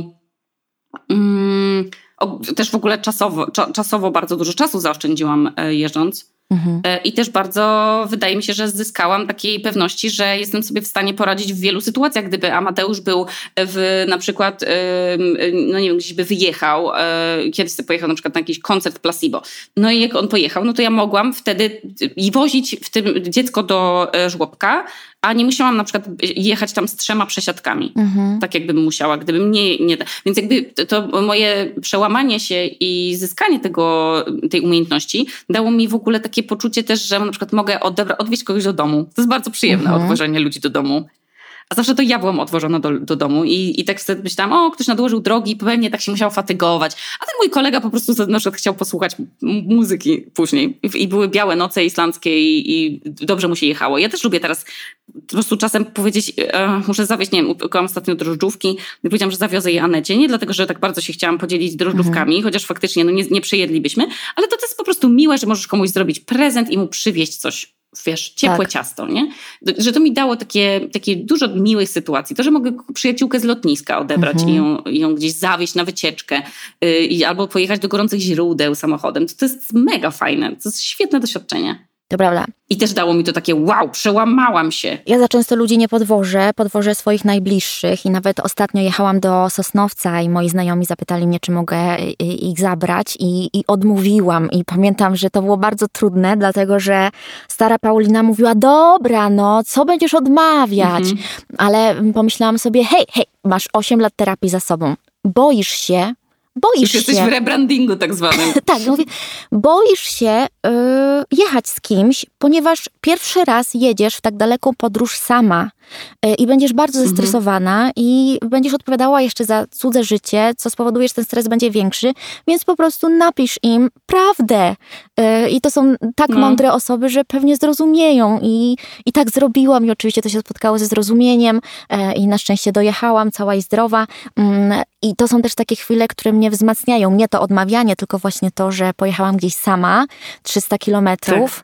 mm, o, też w ogóle czasowo, cza, czasowo bardzo dużo czasu zaoszczędziłam e, jeżdżąc. Mhm. E, I też bardzo wydaje mi się, że zyskałam takiej pewności, że jestem sobie w stanie poradzić w wielu sytuacjach. Gdyby Amateusz był w na przykład, e, no nie wiem, gdzieś by wyjechał, e, kiedyś sobie pojechał na przykład na jakiś koncert Placebo. No i jak on pojechał, no to ja mogłam wtedy i wozić w tym dziecko do e, żłobka, a nie musiałam na przykład jechać tam z trzema przesiadkami. Mhm. Tak jakbym musiała, gdybym nie... nie Więc jakby to, to moje przełamanie się i zyskanie tego, tej umiejętności dało mi w ogóle takie poczucie też, że na przykład mogę odebra- odwieźć kogoś do domu. To jest bardzo przyjemne, mhm. odwożenie ludzi do domu. A zawsze to ja byłam odwożona do, do domu i, i tak wtedy myślałam, o, ktoś nadłożył drogi, pewnie tak się musiał fatygować. A ten mój kolega po prostu na przykład chciał posłuchać m- muzyki później. I, I były białe noce islandzkie i, i dobrze mu się jechało. Ja też lubię teraz po prostu czasem powiedzieć, e, muszę zawieźć, nie wiem, układam ostatnio drożdżówki i powiedziałam, że zawiozę je Anecie, nie dlatego, że tak bardzo się chciałam podzielić drożdżówkami, mhm. chociaż faktycznie no, nie, nie przejedlibyśmy, ale to, to jest po prostu miłe, że możesz komuś zrobić prezent i mu przywieźć coś. Wiesz, ciepłe tak. ciasto, nie? Że to mi dało takie, takie dużo miłych sytuacji. To, że mogę przyjaciółkę z lotniska odebrać mhm. i ją, ją gdzieś zawieźć na wycieczkę yy, albo pojechać do gorących źródeł samochodem. To, to jest mega fajne. To jest świetne doświadczenie. To prawda. I też dało mi to takie wow, przełamałam się. Ja za często ludzi nie podwożę, podwożę swoich najbliższych i nawet ostatnio jechałam do Sosnowca i moi znajomi zapytali mnie, czy mogę ich zabrać i, i odmówiłam. I pamiętam, że to było bardzo trudne, dlatego że stara Paulina mówiła, dobra, no, co będziesz odmawiać? Mhm. Ale pomyślałam sobie, hej, hej, masz osiem lat terapii za sobą. Boisz się, Boisz Już się. Jesteś w rebrandingu tak zwanym. Tak, mówię, boisz się y, jechać z kimś, ponieważ pierwszy raz jedziesz w tak daleką podróż sama y, i będziesz bardzo zestresowana mhm. i będziesz odpowiadała jeszcze za cudze życie, co spowoduje, że ten stres będzie większy, więc po prostu napisz im prawdę. Y, I to są tak no. mądre osoby, że pewnie zrozumieją i, i tak zrobiłam i oczywiście to się spotkało ze zrozumieniem y, i na szczęście dojechałam cała i zdrowa. Y, I to są też takie chwile, które mnie wzmacniają. Nie to odmawianie, tylko właśnie to, że pojechałam gdzieś sama, trzysta kilometrów.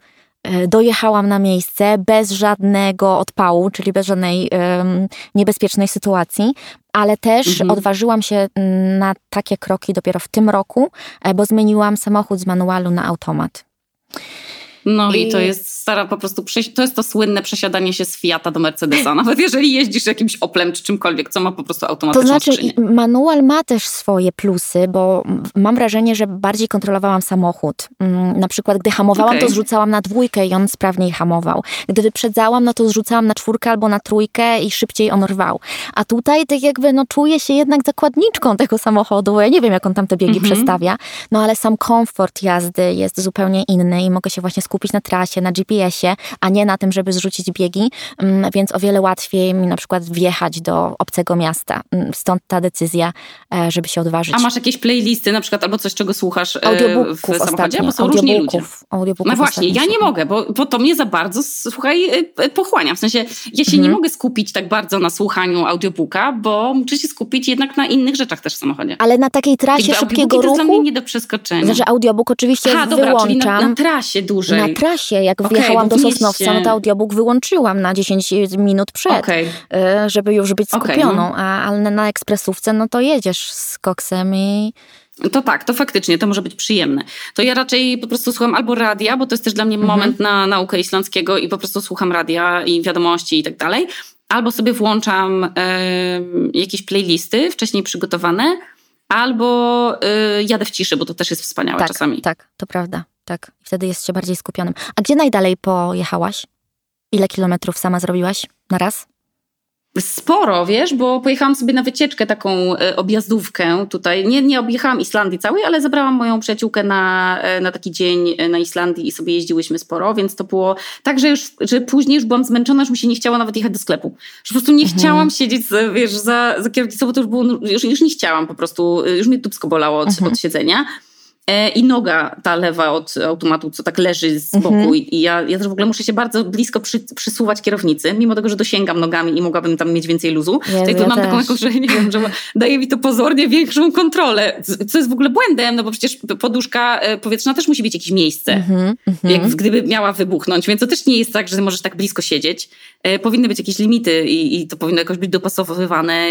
dojechałam na miejsce bez żadnego odpału, czyli bez żadnej um, niebezpiecznej sytuacji, ale też mhm. odważyłam się na takie kroki dopiero w tym roku, bo zmieniłam samochód z manualu na automat. No i, i to jest stara po prostu, to jest to słynne przesiadanie się z Fiata do Mercedesa. Nawet jeżeli jeździsz jakimś Oplem czy czymkolwiek, co ma po prostu automatyczną To znaczy skrzynię. Manual ma też swoje plusy, bo mam wrażenie, że bardziej kontrolowałam samochód. Na przykład gdy hamowałam, okay. to zrzucałam na dwójkę i on sprawniej hamował. Gdy wyprzedzałam, no to zrzucałam na czwórkę albo na trójkę i szybciej on rwał. A tutaj tak jakby no czuję się jednak zakładniczką tego samochodu, bo ja nie wiem, jak on tam te biegi mm-hmm. przestawia, no ale sam komfort jazdy jest zupełnie inny i mogę się właśnie skupić na trasie, na G P S-ie, a nie na tym, żeby zrzucić biegi, więc o wiele łatwiej mi na przykład wjechać do obcego miasta. Stąd ta decyzja, żeby się odważyć. A masz jakieś playlisty na przykład, albo coś, czego słuchasz audiobooków w samochodzie? Bo są audiobooków, różni ludzie. Audiobooków no właśnie, ja nie mogę, bo, bo to mnie za bardzo, słuchaj, pochłania. W sensie, ja się mhm. nie mogę skupić tak bardzo na słuchaniu audiobooka, bo muszę się skupić jednak na innych rzeczach też w samochodzie. Ale na takiej trasie Jakby szybkiego ruchu? To jest dla mnie nie do przeskoczenia. Znaczy audiobook oczywiście Aha, dobra, wyłączam. Czyli na, na trasie dłużej. Na trasie, jak okay, wjechałam do Sosnowca, no to audiobook wyłączyłam na dziesięć minut przed, okay. żeby już być skupioną. Okay, no. A, ale na ekspresówce, no to jedziesz z koksem i... To tak, to faktycznie, to może być przyjemne. To ja raczej po prostu słucham albo radia, bo to jest też dla mnie mhm. moment na naukę islandzkiego i po prostu słucham radia i wiadomości i tak dalej. Albo sobie włączam y, jakieś playlisty wcześniej przygotowane, albo y, jadę w ciszy, bo to też jest wspaniałe tak, czasami. Tak, to prawda. Tak, wtedy jest się bardziej skupionym. A gdzie najdalej pojechałaś? Ile kilometrów sama zrobiłaś na raz? Sporo, wiesz, bo pojechałam sobie na wycieczkę, taką e, objazdówkę tutaj. Nie, nie objechałam Islandii całej, ale zabrałam moją przyjaciółkę na, e, na taki dzień na Islandii i sobie jeździłyśmy sporo, więc to było tak, że już że później już byłam zmęczona, że mi się nie chciało nawet jechać do sklepu. Że po prostu nie mhm. chciałam siedzieć, z, wiesz, za, za kierownicą, bo to już było, już, już nie chciałam po prostu, już mnie dupsko bolało od, mhm. od siedzenia. I noga ta lewa od automatu, co tak leży z boku mm-hmm. i ja, ja też w ogóle muszę się bardzo blisko przy, przysuwać kierownicy, mimo tego, że dosięgam nogami i mogłabym tam mieć więcej luzu. Ja, to ja mam też. taką jakąś, że nie wiem, że daje mi to pozornie większą kontrolę, co jest w ogóle błędem, no bo przecież poduszka powietrzna też musi mieć jakieś miejsce, mm-hmm. jak gdyby miała wybuchnąć, więc to też nie jest tak, że możesz tak blisko siedzieć. Powinny być jakieś limity i, i to powinno jakoś być dopasowywane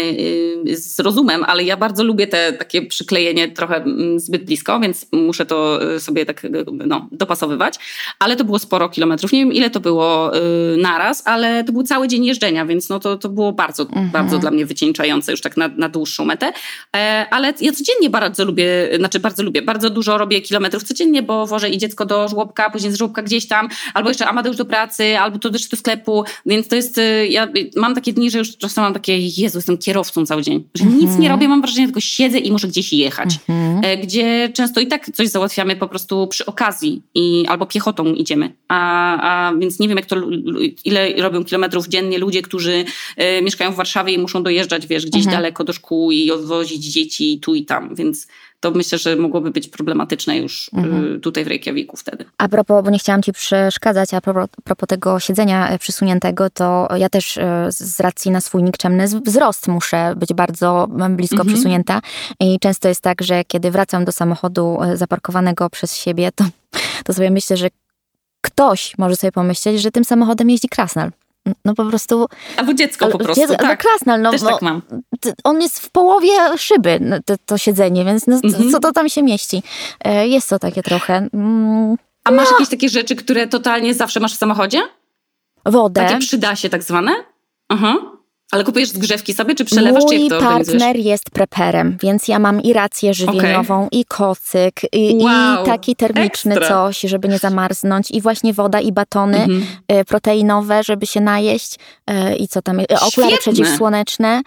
z rozumem, ale ja bardzo lubię te takie przyklejenie trochę zbyt blisko, więc muszę to sobie tak no, dopasowywać, ale to było sporo kilometrów. Nie wiem, ile to było y, naraz, ale to był cały dzień jeżdżenia, więc no to, to było bardzo, mhm. bardzo dla mnie wycieńczające już tak na, na dłuższą metę. E, ale ja codziennie bardzo lubię, znaczy bardzo lubię, bardzo dużo robię kilometrów codziennie, bo wożę i dziecko do żłobka, później z żłobka gdzieś tam, albo jeszcze Amadeusz do pracy, albo to też do sklepu, więc to jest, ja mam takie dni, że już czasem mam takie, Jezu, jestem kierowcą cały dzień, że mhm. nic nie robię, mam wrażenie, tylko siedzę i muszę gdzieś jechać, mhm. e, gdzie często i tak coś załatwiamy po prostu przy okazji i albo piechotą idziemy. A, a więc nie wiem, jak to, ile robią kilometrów dziennie ludzie, którzy y, mieszkają w Warszawie i muszą dojeżdżać, wiesz, gdzieś mhm. daleko do szkół i odwozić dzieci tu i tam, więc to myślę, że mogłoby być problematyczne już mhm. y, tutaj w Reykjaviku wtedy. A propos, bo nie chciałam ci przeszkadzać, a propos, propos tego siedzenia przysuniętego, to ja też y, z racji na swój nikczemny wzrost muszę być bardzo blisko mhm. przysunięta i często jest tak, że kiedy wracam do samochodu zaparkowanego przez siebie, to, to sobie myślę, że ktoś może sobie pomyśleć, że tym samochodem jeździ Krasnal. No po prostu... Albo dziecko po prostu, dziecko, tak. Albo Krasnal, no, Też no, tak mam. On jest w połowie szyby, to, to siedzenie, więc no, mhm. co to tam się mieści? Jest to takie trochę... Mm, A masz no. jakieś takie rzeczy, które totalnie zawsze masz w samochodzie? Wodę. Takie przydasie tak zwane? Aha. Ale kupujesz zgrzewki sobie, czy przelewasz, Mój czy jak to organizujesz? Mój partner jest preperem, więc ja mam i rację żywieniową, okay. i kocyk, i, wow. i taki termiczny Ekstra. coś, żeby nie zamarznąć, i właśnie woda, i batony mhm. y, proteinowe, żeby się najeść, y, i co tam, y, okulary przeciwsłoneczne.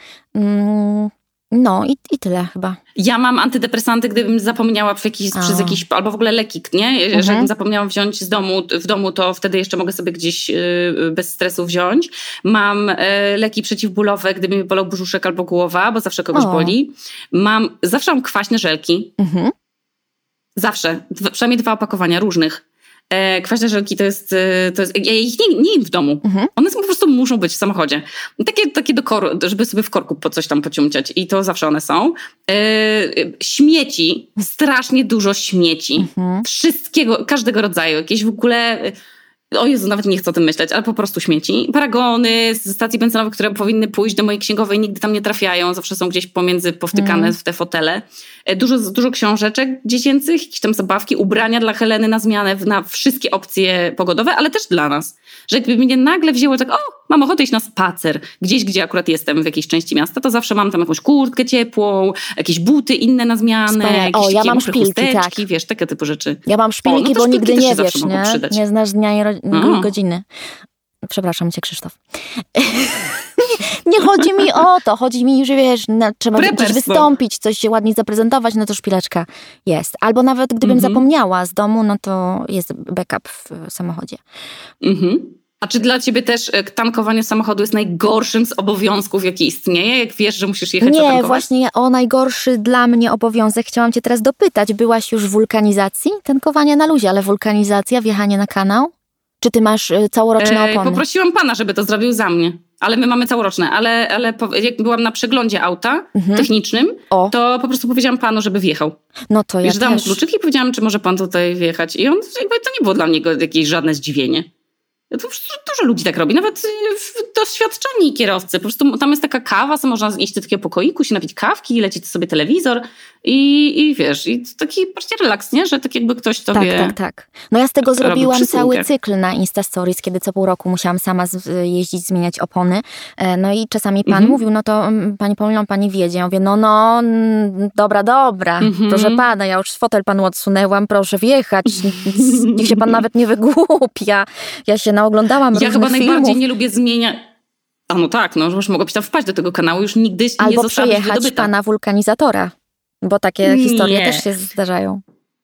Mm, no i, i tyle chyba. Ja mam antydepresanty, gdybym zapomniała jakiś, przez jakiś, albo w ogóle leki, nie? Mhm. Żebym zapomniała wziąć z domu, w domu, to wtedy jeszcze mogę sobie gdzieś y, bez stresu wziąć. Mam y, leki przeciwbólowe, gdyby mi bolał brzuszek albo głowa, bo zawsze kogoś o. boli. Mam, zawsze mam kwaśne żelki. Mhm. Zawsze. Dwa, przynajmniej dwa opakowania różnych. E, kwaśne żelki to jest, to jest... Ja ich nie, nie im w domu. Mhm. One są, po prostu muszą być w samochodzie. Takie, takie do koru, żeby sobie w korku po coś tam pociumciać. I to zawsze one są. E, śmieci. Strasznie dużo śmieci. Mhm. Wszystkiego, każdego rodzaju. Jakieś w ogóle... O Jezu, nawet nie chcę o tym myśleć, ale po prostu śmieci. Paragony z stacji benzynowych, które powinny pójść do mojej księgowej, nigdy tam nie trafiają, zawsze są gdzieś pomiędzy powtykane mm. w te fotele. Dużo, dużo książeczek dziecięcych, jakieś tam zabawki, ubrania dla Heleny na zmianę, na wszystkie opcje pogodowe, ale też dla nas. Że jakby mnie nagle wzięło tak, o, mam ochotę iść na spacer, gdzieś, gdzie akurat jestem, w jakiejś części miasta, to zawsze mam tam jakąś kurtkę ciepłą, jakieś buty inne na zmianę, jakieś o, ja mam szpilki, chusteczki, tak. wiesz, takie typu rzeczy. Ja mam szpilki, o, no bo nigdy nie wiesz, nie? Nie znasz dnia i ro- Aha. godziny. Przepraszam cię, Krzysztof. Nie chodzi mi o to, chodzi mi, że wiesz, na, trzeba gdzieś wystąpić, coś się ładnie zaprezentować, no to szpileczka jest. Albo nawet gdybym mhm. zapomniała z domu, no to jest backup w samochodzie. Mhm. A czy dla ciebie też tankowanie samochodu jest najgorszym z obowiązków, jaki istnieje, jak wiesz, że musisz jechać Nie, zatankować? właśnie o najgorszy dla mnie obowiązek chciałam cię teraz dopytać. Byłaś już w wulkanizacji? Tankowanie na luzie, ale wulkanizacja, wjechanie na kanał? Czy ty masz całoroczne opony? E, poprosiłam pana, żeby to zrobił za mnie. Ale my mamy całoroczne. Ale, ale po, jak byłam na przeglądzie auta mhm. technicznym, o. to po prostu powiedziałam panu, żeby wjechał. No to ja Wiesz, też. dałam mu kluczyki i powiedziałam, czy może pan tutaj wjechać. I on, jakby to nie było dla mnie jakieś żadne zdziwienie. To dużo ludzi tak robi, nawet doświadczeni kierowcy. Po prostu tam jest taka kawa, co można iść do takiego pokoiku, się napić kawki, lecieć sobie telewizor i, i wiesz, i taki bardziej relaks, nie? Że tak jakby ktoś tobie... Tak, tak, tak. No ja z tego zrobiłam cały cykl na Insta Stories, kiedy co pół roku musiałam sama z, jeździć, zmieniać opony. No i czasami pan mhm. mówił, no to pani Paulino, pani wiedzie. Ja mówię, no, no, dobra, dobra, mhm. proszę pana, ja już fotel panu odsunęłam, proszę wjechać. Niech się pan nawet nie wygłupia. Ja się naoglądałam Ja różnych chyba filmów. najbardziej nie lubię zmieniać. A no tak, no już mogłabyś tam wpaść do tego kanału, już nigdy Albo nie zostałabyś przejechać wydobyta. pana wulkanizatora, bo takie nie. historie też się zdarzają.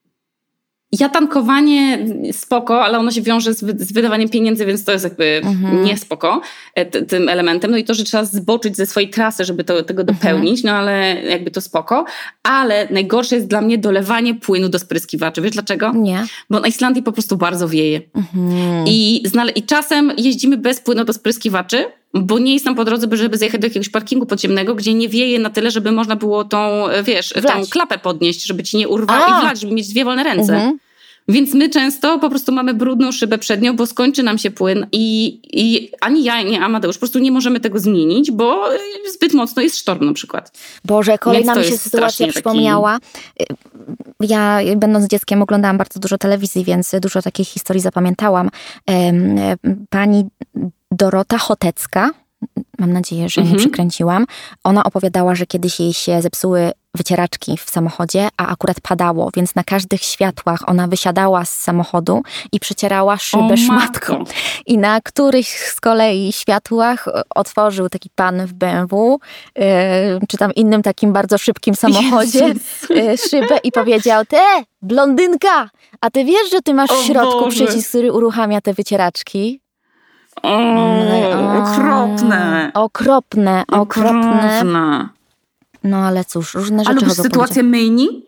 Ja tankowanie spoko, ale ono się wiąże z, wy- z wydawaniem pieniędzy, więc to jest jakby mhm. nie spoko t- tym elementem. No i to, że trzeba zboczyć ze swojej trasy, żeby to, tego dopełnić, mhm. no ale jakby to spoko. Ale najgorsze jest dla mnie dolewanie płynu do spryskiwaczy. Wiesz dlaczego? Nie. Bo na Islandii po prostu bardzo wieje. Mhm. I, znale- I czasem jeździmy bez płynu do spryskiwaczy, bo nie jest nam po drodze, żeby zjechać do jakiegoś parkingu podziemnego, gdzie nie wieje na tyle, żeby można było tą, wiesz, wlać. tą klapę podnieść, żeby ci nie urwało i wlać, żeby mieć dwie wolne ręce. Mhm. Więc my często po prostu mamy brudną szybę przednią, bo skończy nam się płyn i, i ani ja, ani Amadeusz po prostu nie możemy tego zmienić, bo zbyt mocno jest sztorm na przykład. Boże, kolejna mi się sytuacja przypomniała. Taki... Ja będąc dzieckiem oglądałam bardzo dużo telewizji, więc dużo takich historii zapamiętałam. Pani Dorota Chotecka, mam nadzieję, że mhm. nie przekręciłam, ona opowiadała, że kiedyś jej się zepsuły wycieraczki w samochodzie, a akurat padało, więc na każdych światłach ona wysiadała z samochodu i przecierała szybę o, szmatką. matko. I na którychś z kolei światłach otworzył taki pan w B M W, yy, czy tam innym takim bardzo szybkim samochodzie, yy, szybę i powiedział, te, blondynka, a ty wiesz, że ty masz o w środku Boże. przycisk, który uruchamia te wycieraczki? O, o, okropne. Okropne, okropne. Okropne. No ale cóż, różne rzeczy. A lubisz sytuację myjni?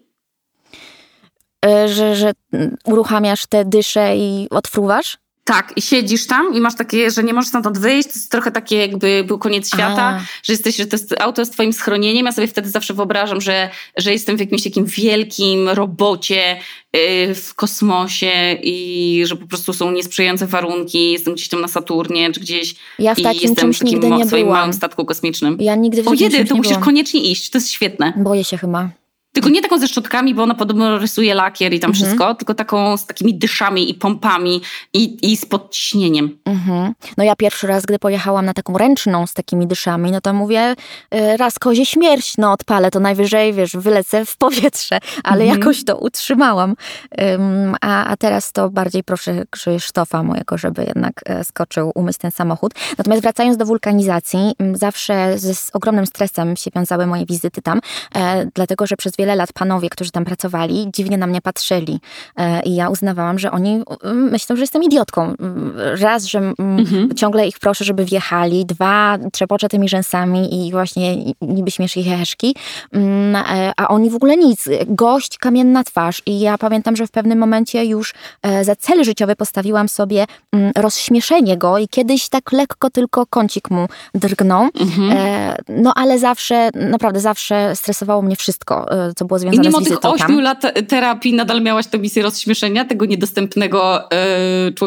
Że, że uruchamiasz te dysze i odfruwasz? Tak, i siedzisz tam i masz takie, że nie możesz stamtąd wyjść, to jest trochę takie jakby był koniec świata, a. że jesteś, że to jest, auto jest twoim schronieniem. Ja sobie wtedy zawsze wyobrażam, że, że jestem w jakimś takim wielkim robocie yy, w kosmosie i że po prostu są niesprzyjające warunki, jestem gdzieś tam na Saturnie czy gdzieś ja w i takim jestem czymś w takim nigdy mo- nie swoim byłam. małym statku kosmicznym. Ja nigdy w o jedy, to nie musisz byłam. koniecznie iść, to jest świetne. Boję się chyba. Tylko nie taką ze szczotkami, bo ona podobno rysuje lakier i tam mhm. wszystko, tylko taką z takimi dyszami i pompami i, i z podciśnieniem. Mhm. No ja pierwszy raz, gdy pojechałam na taką ręczną z takimi dyszami, no to mówię, raz kozie śmierć, no odpalę, to najwyżej, wiesz, wylecę w powietrze, ale mhm. jakoś to utrzymałam. Um, a, a teraz to bardziej proszę Krzysztofa mojego, żeby jednak skoczył, umyć ten samochód. Natomiast wracając do wulkanizacji, zawsze z, z ogromnym stresem się wiązały moje wizyty tam, e, dlatego, że przez wiele lat panowie, którzy tam pracowali, dziwnie na mnie patrzyli. E, I ja uznawałam, że oni myślą, że jestem idiotką. Raz, że mhm. ciągle ich proszę, żeby wjechali. Dwa, trzepoczę tymi rzęsami i właśnie niby śmiesz ich heszki. E, a oni w ogóle nic. Gość, kamienna twarz. I ja pamiętam, że w pewnym momencie już e, za cel życiowy postawiłam sobie m, rozśmieszenie go i kiedyś tak lekko tylko kącik mu drgnął. Mhm. E, no ale zawsze, naprawdę zawsze stresowało mnie wszystko, e, co było związane z wizytą tam. I mimo tych ośmiu lat terapii nadal miałaś tę misję rozśmieszenia tego niedostępnego yy, człowieka?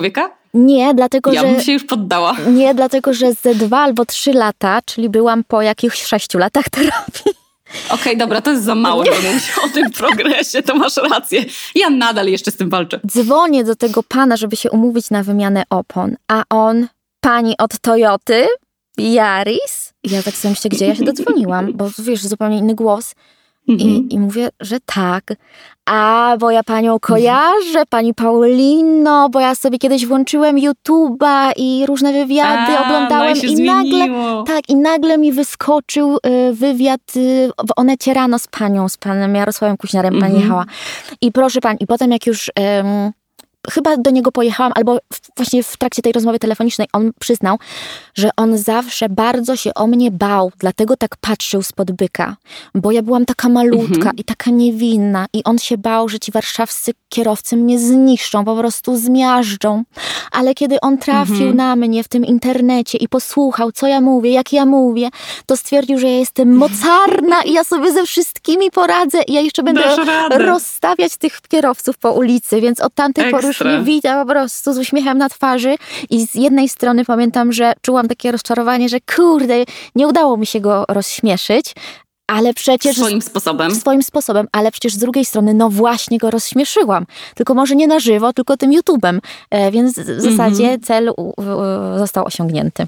Nie, dlatego, ja że... Ja bym się już poddała. Nie, dlatego, że ze dwa albo trzy lata, czyli byłam po jakichś sześciu latach terapii. Okej, okay, dobra, to jest za mało, żeby mówić o tym progresie, to masz rację. Ja nadal jeszcze z tym walczę. Dzwonię do tego pana, żeby się umówić na wymianę opon, a on, pani od Toyoty, Yaris. I ja tak sobie myślę, gdzie ja się dodzwoniłam, bo wiesz, zupełnie inny głos. I, I mówię, że tak. A, bo ja panią kojarzę, pani Paulino, bo ja sobie kiedyś włączyłem YouTube'a i różne wywiady A, oglądałem no i, i nagle, tak, i nagle mi wyskoczył y, wywiad y, w Onecie rano z panią, z panem Jarosławem Kuźniarem, mm-hmm. pani jechała. I proszę pani, i potem jak już... Ym, chyba do niego pojechałam, albo w, właśnie w trakcie tej rozmowy telefonicznej on przyznał, że on zawsze bardzo się o mnie bał, dlatego tak patrzył spod byka, bo ja byłam taka malutka mm-hmm. i taka niewinna i on się bał, że ci warszawscy kierowcy mnie zniszczą, po prostu zmiażdżą. Ale kiedy on trafił mm-hmm. na mnie w tym internecie i posłuchał, co ja mówię, jak ja mówię, to stwierdził, że ja jestem mocarna i ja sobie ze wszystkimi poradzę i ja jeszcze będę rozstawiać tych kierowców po ulicy, więc od tamtej pory już mnie widział po prostu z uśmiechem na twarzy i z jednej strony pamiętam, że czułam takie rozczarowanie, że kurde, nie udało mi się go rozśmieszyć, ale przecież... Swoim sposobem. Swoim sposobem, ale przecież z drugiej strony, no właśnie go rozśmieszyłam. Tylko może nie na żywo, tylko tym YouTube'em. E, więc w zasadzie mm-hmm. cel u, u, został osiągnięty.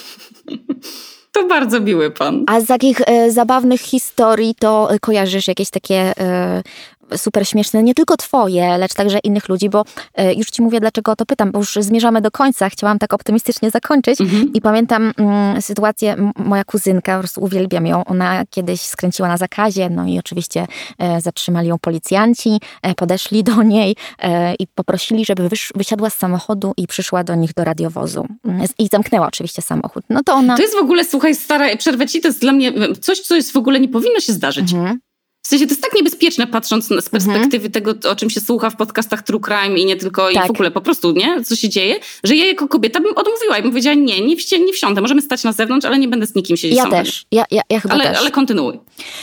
To bardzo miły pan. A z takich e, zabawnych historii to kojarzysz jakieś takie... E, super śmieszne, nie tylko twoje, lecz także innych ludzi, bo y, już ci mówię, dlaczego o to pytam, bo już zmierzamy do końca, chciałam tak optymistycznie zakończyć mm-hmm. i pamiętam y, sytuację, m- moja kuzynka, po prostu uwielbiam ją, ona kiedyś skręciła na zakazie, no i oczywiście y, zatrzymali ją policjanci, y, podeszli do niej y, i poprosili, żeby wysz- wysiadła z samochodu i przyszła do nich do radiowozu. Y, I zamknęła oczywiście samochód. No to ona... To jest w ogóle, słuchaj, stara, przerwę ci, to jest dla mnie coś, co jest w ogóle nie powinno się zdarzyć. Mm-hmm. W sensie to jest tak niebezpieczne, patrząc z perspektywy mm-hmm. tego, o czym się słucha w podcastach True Crime i nie tylko, tak. i w ogóle po prostu, nie? Co się dzieje, że ja jako kobieta bym odmówiła i bym powiedziała, nie, nie, wsi- nie wsiądę, możemy stać na zewnątrz, ale nie będę z nikim siedzieć Ja samochodzie. też, ja, ja, ja chyba ale, też. Ale kontynuuj.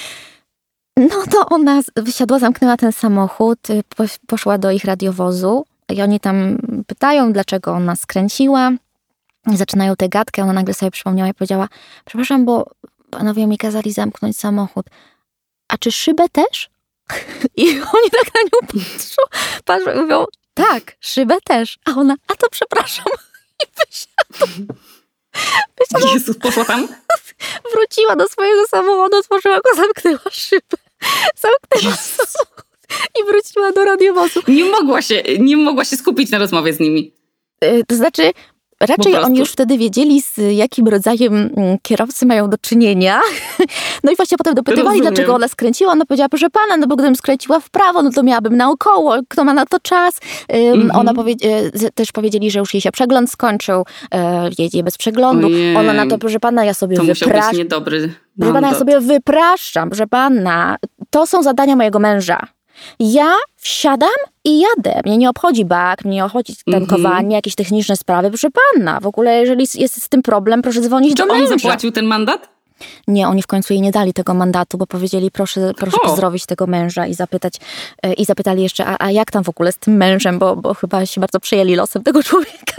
No to ona wysiadła, zamknęła ten samochód, poszła do ich radiowozu i oni tam pytają, dlaczego ona skręciła. Zaczynają tę gadkę, ona nagle sobie przypomniała i powiedziała, przepraszam, bo panowie mi kazali zamknąć samochód. A czy szybę też? I oni tak na nią patrzą, patrzą i mówią, tak, szybę też. A ona, a to przepraszam. I wysiadła. wysiadła. Jezus, poszła tam? Wróciła do swojego samochodu, otworzyła go, zamknęła szybę. Zamknęła samochód i wróciła do radiowozu. Nie mogła się, nie mogła się skupić na rozmowie z nimi. Yy, to znaczy... Raczej oni już wtedy wiedzieli, z jakim rodzajem kierowcy mają do czynienia. No i właśnie potem dopytywali, Rozumiem. dlaczego ona skręciła. Ona powiedziała, proszę pana, no bo gdybym skręciła w prawo, no to miałabym naokoło. Kto ma na to czas? Mm-hmm. Ona powie- też powiedzieli, że już jej się przegląd skończył. Jedzie bez przeglądu. Ojej. Ona na to, proszę pana, ja sobie wypraszam. To musiał być niedobry Proszę pana, ja sobie wypraszam. Proszę pana, to są zadania mojego męża. Ja wsiadam i jadę. Mnie nie obchodzi bak, mnie nie obchodzi tankowanie, mm-hmm. jakieś techniczne sprawy. Proszę pana, w ogóle jeżeli jest z tym problem, proszę dzwonić do męża. Czy on zapłacił ten mandat? Nie, oni w końcu jej nie dali tego mandatu, bo powiedzieli, proszę, proszę pozdrowić tego męża i zapytać, i zapytali jeszcze, a, a jak tam w ogóle z tym mężem, bo, bo chyba się bardzo przejęli losem tego człowieka.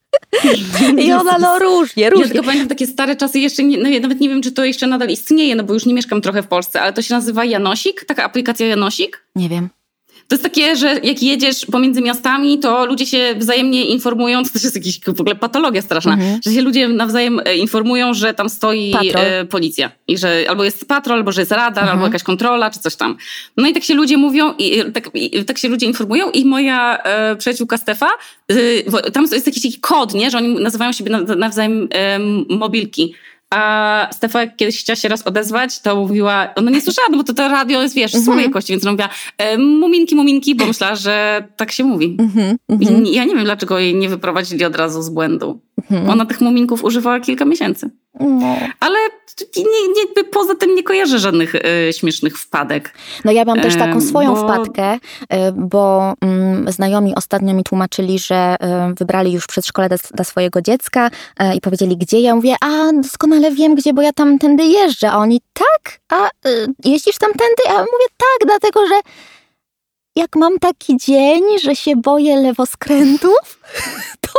I ona no różnie, różnie. Ja tylko pamiętam takie stare czasy, jeszcze nie, no ja nawet nie wiem, czy to jeszcze nadal istnieje, no bo już nie mieszkam trochę w Polsce, ale to się nazywa Janosik, taka aplikacja Janosik. Nie wiem. To jest takie, że jak jedziesz pomiędzy miastami, to ludzie się wzajemnie informują, to też jest jakaś w ogóle patologia straszna, mm-hmm. że się ludzie nawzajem informują, że tam stoi e, policja. I że albo jest patrol, albo że jest radar, mm-hmm. albo jakaś kontrola, czy coś tam. No i tak się ludzie mówią, i tak, i, tak się ludzie informują i moja e, przyjaciółka Stefa, e, tam jest jakiś taki kod, nie? Że oni nazywają siebie nawzajem e, mobilki. A Stefa, jak kiedyś chciała się raz odezwać, to mówiła, ona nie słyszała, no bo to, to radio jest, wiesz, mm-hmm. słabej jakości, więc ona mówiła e, muminki, muminki, bo myślała, że tak się mówi. Mm-hmm. I ja nie wiem, dlaczego jej nie wyprowadzili od razu z błędu. Mm-hmm. Ona tych muminków używała kilka miesięcy. No. Ale nie, nie, poza tym nie kojarzę żadnych e, śmiesznych wpadek. No ja mam też taką swoją bo... wpadkę, bo mm, znajomi ostatnio mi tłumaczyli, że y, wybrali już przedszkole dla, dla swojego dziecka y, i powiedzieli, gdzie. Ja mówię, a doskonale wiem, gdzie, bo ja tam tędy jeżdżę. A oni, tak? A y, jeździsz tam tędy? A ja mówię, tak, dlatego, że jak mam taki dzień, że się boję lewoskrętów, to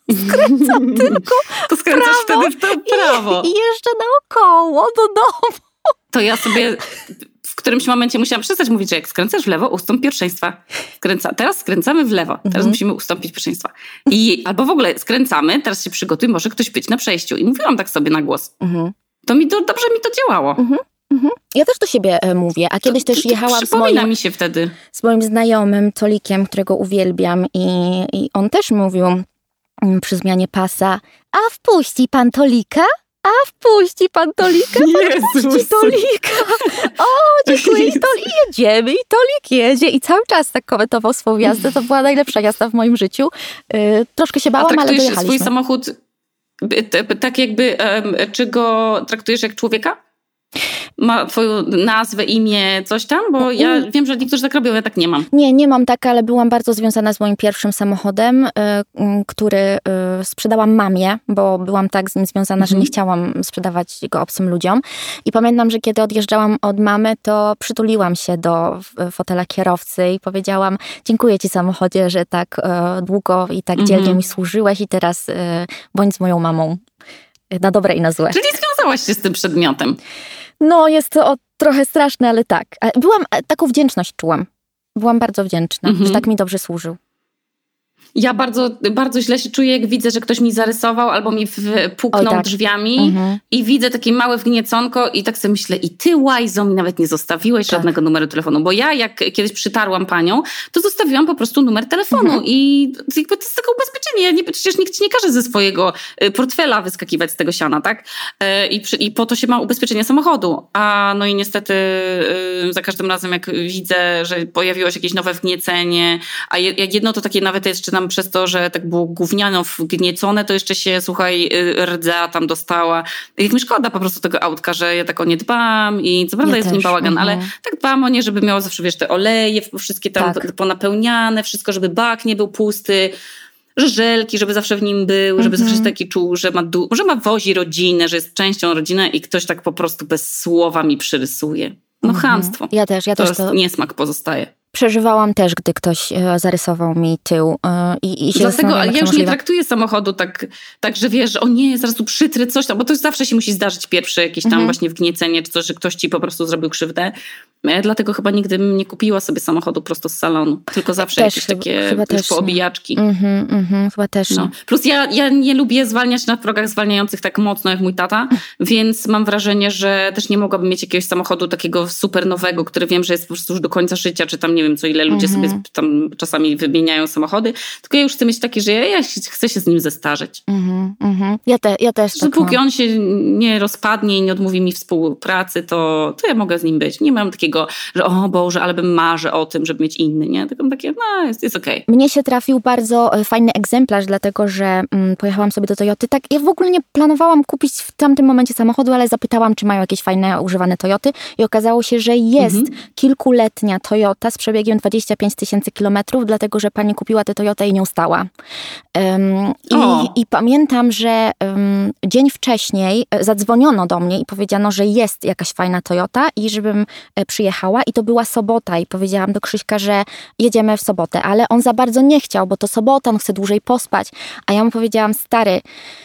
Skręcam tylko To skręcasz prawo wtedy w to prawo. I, i jeszcze naokoło do domu. To ja sobie w którymś momencie musiałam przestać mówić, że jak skręcasz w lewo, ustąp pierwszeństwa. Skręca, teraz skręcamy w lewo, teraz mhm. musimy ustąpić pierwszeństwa. I albo w ogóle skręcamy, teraz się przygotuj, może ktoś być na przejściu. I mówiłam tak sobie na głos. Mhm. To mi do, dobrze mi to działało. Mhm. Mhm. Ja też do siebie e, mówię, a kiedyś to, też to, jechałam to z moim, mi się wtedy. z moim znajomym Tolikiem, którego uwielbiam i, i on też mówił mm, przy zmianie pasa, a wpuści pan Tolika? A wpuści pan Tolika? Pan wpuści Tolika. O, dziękuję i Tolik jedziemy i Tolik jedzie i cały czas tak komentował swoją jazdę. To była najlepsza jazda w moim życiu. Yy, troszkę się bałam, ale dojechaliśmy. Swój samochód tak jakby, czy go traktujesz jak człowieka? Ma twoją nazwę, imię, coś tam? Bo ja wiem, że niektórzy tak robią, ja tak nie mam. Nie, nie mam tak, ale byłam bardzo związana z moim pierwszym samochodem, y, który y, sprzedałam mamie, bo byłam tak z nim związana, mhm. że nie chciałam sprzedawać go obcym ludziom. I pamiętam, że kiedy odjeżdżałam od mamy, to przytuliłam się do fotela kierowcy i powiedziałam, dziękuję ci samochodzie, że tak y, długo i tak dzielnie mhm. mi służyłeś i teraz y, bądź z moją mamą. Na dobre i na złe. Czyli związałaś się z tym przedmiotem. No, jest to trochę straszne, ale tak. Byłam, taką wdzięczność czułam. Byłam bardzo wdzięczna, mhm. że tak mi dobrze służył. Ja bardzo, bardzo źle się czuję, jak widzę, że ktoś mi zarysował albo mi puknął tak. drzwiami mhm. i widzę takie małe wgnieconko i tak sobie myślę, i ty łajzo mi nawet nie zostawiłeś tak. żadnego numeru telefonu, bo ja jak kiedyś przytarłam panią, to zostawiłam po prostu numer telefonu mhm. i jakby to jest takie ubezpieczenie. Ja nie, przecież nikt ci nie każe ze swojego portfela wyskakiwać z tego siana, tak? I, przy, i po to się ma ubezpieczenie samochodu. A no i niestety za każdym razem, jak widzę, że pojawiło się jakieś nowe wgniecenie, a jak jedno to takie nawet jest, czy tam przez to, że tak było gówniano wgniecone, to jeszcze się, słuchaj, rdza tam dostała. Jak mi szkoda po prostu tego autka, że ja tak o nie dbam i co prawda ja jest nim bałagan, mhm. ale tak dbam o nie, żeby miało zawsze, wiesz, te oleje, wszystkie tam tak. ponapełniane, wszystko, żeby bak nie był pusty, że żelki, żeby zawsze w nim był, żeby mhm. zawsze taki czuł, że ma, du- że ma wozi rodzinę, że jest częścią rodziny i ktoś tak po prostu bez słowa mi przyrysuje. No mhm. chamstwo. Ja też, ja to też. To niesmak pozostaje. Przeżywałam też, gdy ktoś e, zarysował mi tył e, i, i się Dlatego, ale ja już możliwe. nie traktuję samochodu tak, tak, że wiesz, że o nie, zaraz tu przytrę coś tam, bo to zawsze się musi zdarzyć pierwsze jakieś tam mhm. właśnie wgniecenie, czy coś, że ktoś ci po prostu zrobił krzywdę. Ja dlatego chyba nigdy bym nie kupiła sobie samochodu prosto z salonu, tylko zawsze też, jakieś chyba, takie chyba też poobijaczki. Mhm, mhm, chyba też no. Plus ja, ja nie lubię zwalniać na progach zwalniających tak mocno jak mój tata, więc mam wrażenie, że też nie mogłabym mieć jakiegoś samochodu takiego super nowego, który wiem, że jest po prostu już do końca życia, czy tam nie wiem co ile ludzie mhm. sobie tam czasami wymieniają samochody, tylko ja już chcę mieć takie, że ja, ja chcę się z nim zestarzeć. Mhm, mhm. Ja, te, ja też że tak póki mam. on się nie rozpadnie i nie odmówi mi współpracy, to, to ja mogę z nim być. Nie mam takiego, że o Boże, ale bym marzę o tym, żeby mieć inny, nie? Tylko takie, no jest, jest okej. Okay. Mnie się trafił bardzo fajny egzemplarz, dlatego, że mm, pojechałam sobie do Toyoty. Tak, ja w ogóle nie planowałam kupić w tamtym momencie samochodu, ale zapytałam, czy mają jakieś fajne, używane Toyoty i okazało się, że jest mhm. kilkuletnia Toyota z przebiegiem dwadzieścia pięć tysięcy kilometrów, dlatego, że pani kupiła tę Toyotę i nią stała. Um, i, I pamiętam, że um, dzień wcześniej zadzwoniono do mnie i powiedziano, że jest jakaś fajna Toyota i żebym e, przyjechała i to była sobota i powiedziałam do Krzyśka, że jedziemy w sobotę, ale on za bardzo nie chciał, bo to sobota, on chce dłużej pospać, a ja mu powiedziałam, stary,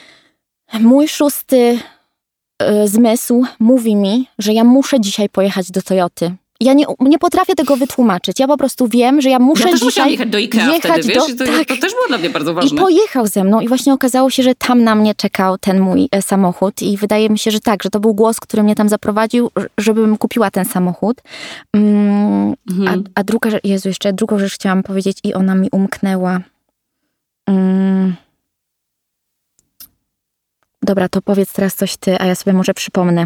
mój szósty y, zmysł mówi mi, że ja muszę dzisiaj pojechać do Toyoty. Ja nie, nie potrafię tego wytłumaczyć. Ja po prostu wiem, że ja muszę ja też dzisiaj jechać do Ikea jechać wtedy, wiesz? Do, to, tak. to też było dla mnie bardzo ważne. I pojechał ze mną i właśnie okazało się, że tam na mnie czekał ten mój e, samochód i wydaje mi się, że tak, że to był głos, który mnie tam zaprowadził, żebym kupiła ten samochód. Mm, mhm. a, a druga rzecz, Jezu, jeszcze drugą rzecz chciałam powiedzieć i ona mi umknęła. Mm. Dobra, to powiedz teraz coś ty, a ja sobie może przypomnę.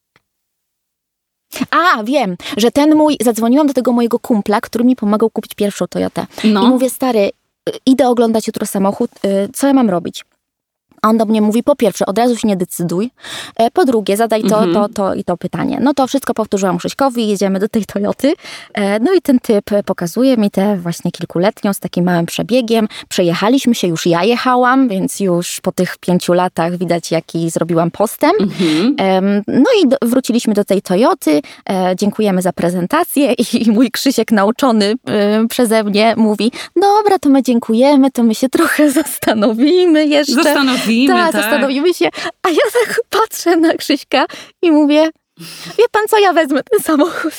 A, wiem, że ten mój, zadzwoniłam do tego mojego kumpla, który mi pomagał kupić pierwszą Toyotę. No. I mówię, stary, idę oglądać jutro samochód, co ja mam robić? A on do mnie mówi, po pierwsze, od razu się nie decyduj, po drugie, zadaj to, mhm. to, to i to pytanie. No to wszystko powtórzyłam Krzyśkowi, jedziemy do tej Toyoty. No i ten typ pokazuje mi tę właśnie kilkuletnią z takim małym przebiegiem. Przejechaliśmy się, już ja jechałam, więc już po tych pięciu latach widać, jaki zrobiłam postęp. Mhm. No i do, wróciliśmy do tej Toyoty, dziękujemy za prezentację i mój Krzysiek nauczony przeze mnie mówi, dobra, to my dziękujemy, to my się trochę zastanowimy jeszcze. Zastanowimy. Ta, tak, zastanowimy się. A ja tak patrzę na Krzyśka i mówię, wie pan co, ja wezmę ten samochód.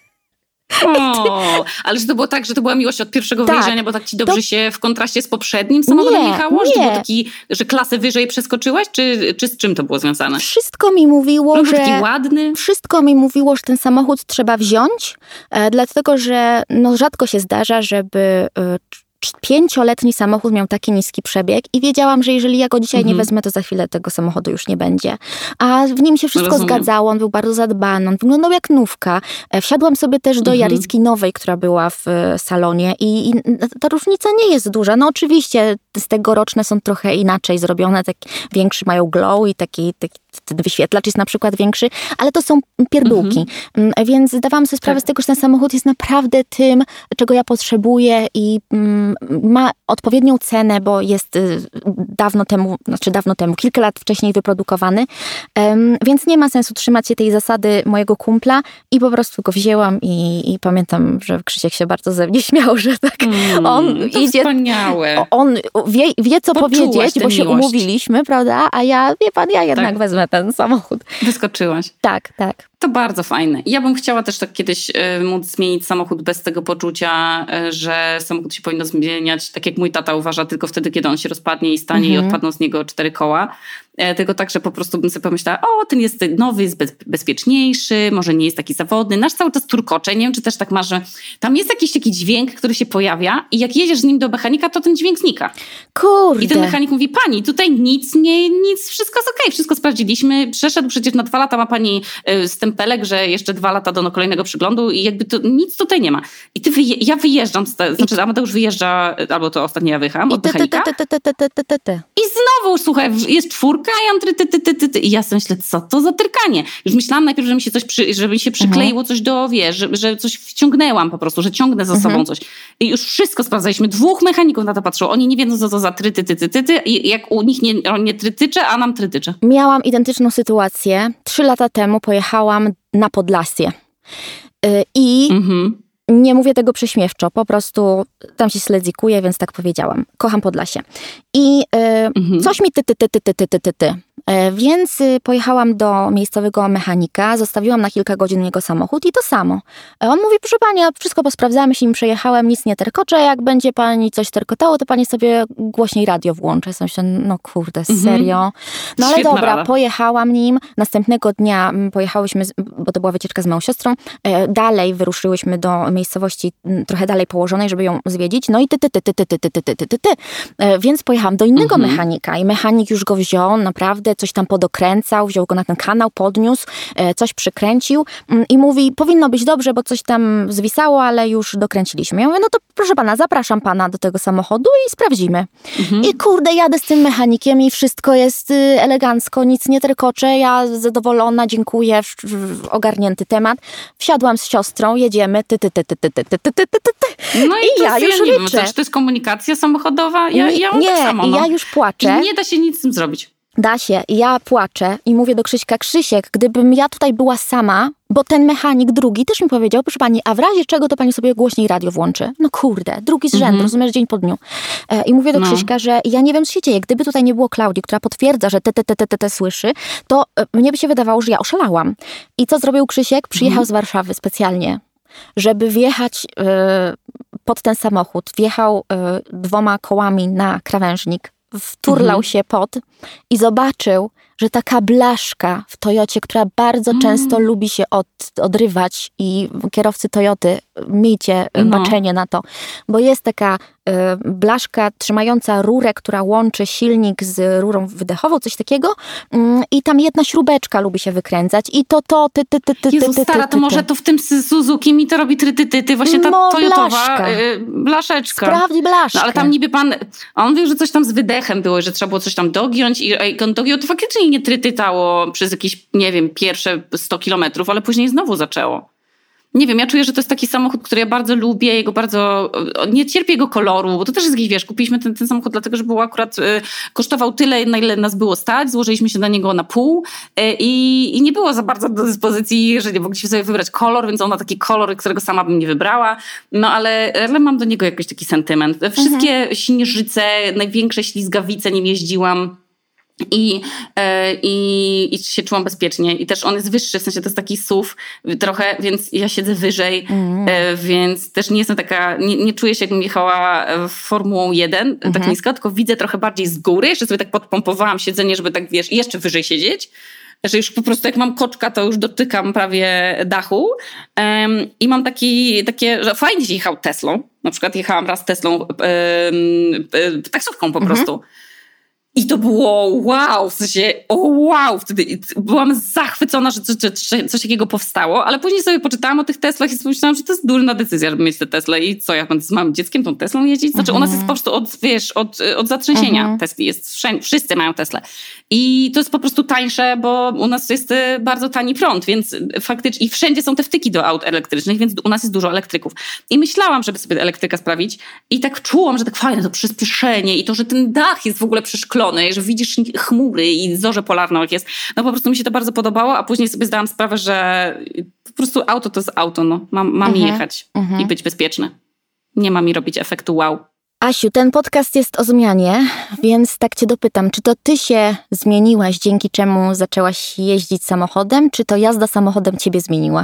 O, ale że to było tak, że to była miłość od pierwszego tak, wyjeżdżania, bo tak ci dobrze to... się w kontraście z poprzednim samochodem nie, jechało? Że nie. To było taki, że klasę wyżej przeskoczyłaś? Czy, czy z czym to było związane? Wszystko mi mówiło, no, że... taki ładny. Wszystko mi mówiło, że ten samochód trzeba wziąć, e, dlatego, że no, rzadko się zdarza, żeby... E, pięcioletni samochód miał taki niski przebieg i wiedziałam, że jeżeli ja go dzisiaj mhm. nie wezmę, to za chwilę tego samochodu już nie będzie. A w nim się wszystko Rozumiem. zgadzało, on był bardzo zadbany, on wyglądał jak nówka. Wsiadłam sobie też do mhm. Jaricki nowej, która była w salonie i, i ta różnica nie jest duża. No oczywiście z tegoroczne są trochę inaczej zrobione, tak większy mają glow i taki, taki wyświetlacz jest na przykład większy, ale to są pierdółki. Mhm. Więc zdawałam sobie sprawę tak. z tego, że ten samochód jest naprawdę tym, czego ja potrzebuję i mm, ma odpowiednią cenę, bo jest y, dawno temu, znaczy dawno temu, kilka lat wcześniej wyprodukowany, um, więc nie ma sensu trzymać się tej zasady mojego kumpla i po prostu go wzięłam i, i pamiętam, że Krzysiek się bardzo ze mnie śmiał, że tak mm, on to idzie, wspaniałe. On wie, wie co Poczułaś powiedzieć, bo się miłość. umówiliśmy, prawda, a ja, wie pan, ja jednak tak. wezmę ten samochód. Wyskoczyłaś. Tak, tak. To bardzo fajne. Ja bym chciała też tak kiedyś y, móc zmienić samochód bez tego poczucia, y, że samochód się powinno zmieniać, tak jak mój tata uważa, tylko wtedy, kiedy on się rozpadnie i stanie mhm. i odpadną z niego cztery koła. Y, tylko tak, że po prostu bym sobie pomyślała, o, ten jest nowy, jest bez, bezpieczniejszy, może nie jest taki zawodny. Nasz cały czas turkocze, nie wiem, czy też tak masz, że tam jest jakiś taki dźwięk, który się pojawia i jak jedziesz z nim do mechanika, to ten dźwięk znika. Kurde. I ten mechanik mówi, pani, tutaj nic, nie, nic, wszystko jest okej, okay, wszystko sprawdziliśmy. Przeszedł przecież na dwa lata, ma pani y, stempelek, że jeszcze dwa lata do kolejnego przyglądu i jakby to nic tutaj nie ma. I ty wyje- ja wyjeżdżam, z te, znaczy Amadeusz wyjeżdża, albo to ostatnio ja wyjechałam od mechanika. I znowu, słuchaj, jest czwórka i on try, ty, ty, ty, ty, ty. I ja sobie myślę, co to za tyrkanie? Już myślałam najpierw, że mi się coś przy, żeby mi się przykleiło mhm. coś do, wiesz, że, że coś wciągnęłam po prostu, że ciągnę za sobą mhm. coś. I już wszystko sprawdzaliśmy. Dwóch mechaników na to patrzyło. Oni nie wiedzą, co to za try, ty, ty, ty, ty, ty. I jak u nich nie, nie trytycze, a nam trytycze. Miałam identyczną sytuację. Trzy lata temu pojechałam na Podlasie. Yy, I mhm. nie mówię tego prześmiewczo, po prostu tam się sledzikuję, więc tak powiedziałam. Kocham Podlasie. I yy, mhm. coś mi ty, ty, ty, ty, ty, ty, ty, ty, ty. Więc pojechałam do miejscowego mechanika, zostawiłam na kilka godzin jego samochód i to samo. On mówi, proszę pani, ja wszystko posprawdzałam, jeśli mi przejechałem, nic nie terkoczę, jak będzie pani coś terkotało, to pani sobie głośniej radio włączy. Ja myślę, no kurde, serio? No ale Świetna dobra, rada. Pojechałam nim, następnego dnia pojechałyśmy, bo to była wycieczka z moją siostrą, dalej wyruszyłyśmy do miejscowości trochę dalej położonej, żeby ją zwiedzić, no i ty, ty, ty, ty, ty, ty, ty, ty, ty, ty, ty. Więc pojechałam do innego mhm. mechanika i mechanik już go wziął, naprawdę coś tam podokręcał, wziął go na ten kanał, podniósł, coś przykręcił i mówi, powinno być dobrze, bo coś tam zwisało, ale już dokręciliśmy. Ja mówię, no to proszę pana, zapraszam pana do tego samochodu i sprawdzimy. Mhm. I kurde, jadę z tym mechanikiem i wszystko jest elegancko, nic nie terkocze, ja zadowolona, dziękuję, ogarnięty temat. Wsiadłam z siostrą, jedziemy, ty, ty, ty, ty, ty, ty, ty, ty, ty, ty. No i, I ja już ja ryczę. Czy to jest komunikacja samochodowa? Ja, nie, ja mam nie, tak samo. No. ja już płaczę. I nie da się nic z tym zrobić. Da się. Ja płaczę i mówię do Krzyśka, Krzysiek, gdybym ja tutaj była sama, bo ten mechanik drugi też mi powiedział, proszę pani, a w razie czego to pani sobie głośniej radio włączy? No kurde, drugi z rzędu, mm-hmm. rozumiesz, dzień po dniu. E, I mówię do no. Krzyśka, że ja nie wiem, co się dzieje. Gdyby tutaj nie było Klaudii, która potwierdza, że te, te, te, te, te, te słyszy, to e, mnie by się wydawało, że ja oszalałam. I co zrobił Krzysiek? Przyjechał mm-hmm. z Warszawy specjalnie, żeby wjechać e, pod ten samochód. Wjechał e, dwoma kołami na krawężnik, wturlał mhm. się pod i zobaczył, że taka blaszka w Toyocie, która bardzo mm. często lubi się od, odrywać i kierowcy Toyoty miejcie no. baczenie na to, bo jest taka y, blaszka trzymająca rurę, która łączy silnik z rurą wydechową, coś takiego y, i tam jedna śrubeczka lubi się wykręcać i to to, ty, ty, ty, ty, Jezu, ty, ty, stara, ty, ty, to może to w tym Suzuki mi to robi try, ty, ty, ty. Właśnie ta no, Toyotowa blaszka. y, blaszeczka. Sprawdź blaszkę. No ale tam niby pan, a on mówił, że coś tam z wydechem było, że trzeba było coś tam dogiąć i jak on dogiął, to faktycznie nie trytytało przez jakieś, nie wiem, pierwsze sto kilometrów, ale później znowu zaczęło. Nie wiem, ja czuję, że to jest taki samochód, który ja bardzo lubię, jego bardzo, nie cierpię jego koloru, bo to też jest jakiś, wiesz, kupiliśmy ten, ten samochód dlatego, że był akurat, y, kosztował tyle, na ile nas było stać, złożyliśmy się na niego na pół y, i, i nie było za bardzo do dyspozycji, że nie mogliśmy sobie wybrać kolor, więc on ma taki kolor, którego sama bym nie wybrała, no ale, ale mam do niego jakiś taki sentyment. Wszystkie mhm. śnieżyce, największe ślizgawice nim jeździłam. I, e, i, I się czułam bezpiecznie. I też on jest wyższy, w sensie to jest taki S U V trochę, więc ja siedzę wyżej, mm. e, więc też nie jestem taka, nie, nie czuję się jakbym jechała Formułą jeden, mm-hmm. tak nisko, tylko widzę trochę bardziej z góry. Jeszcze sobie tak podpompowałam siedzenie, żeby tak, wiesz, jeszcze wyżej siedzieć. Że już po prostu jak mam koczka, to już dotykam prawie dachu. Um, I mam taki, takie, że fajnie się jechał Teslą. Na przykład jechałam raz Teslą, um, um, taksówką po mm-hmm. prostu. I to było wow, w sensie, o wow, wtedy byłam zachwycona, że coś, coś takiego powstało, ale później sobie poczytałam o tych Teslach i pomyślałam, że to jest durna decyzja, żeby mieć te Tesla i co, ja z małym dzieckiem tą Teslą jeździć? Znaczy, u nas jest po prostu od, wiesz, od, od zatrzęsienia mhm. Tesli, jest wszędzie, wszyscy mają Teslę. I to jest po prostu tańsze, bo u nas jest bardzo tani prąd, więc faktycznie, i wszędzie są te wtyki do aut elektrycznych, więc u nas jest dużo elektryków. I myślałam, żeby sobie elektryka sprawić i tak czułam, że tak fajne to przyspieszenie i to, że ten dach jest w ogóle przeszklony, że widzisz chmury i zorze polarną jak jest. No po prostu mi się to bardzo podobało, a później sobie zdałam sprawę, że po prostu auto to jest auto, no. Ma, ma mi uh-huh, jechać uh-huh. i być bezpieczne. Nie ma mi robić efektu wow. Asiu, ten podcast jest o zmianie, więc tak cię dopytam, czy to ty się zmieniłaś, dzięki czemu zaczęłaś jeździć samochodem, czy to jazda samochodem ciebie zmieniła?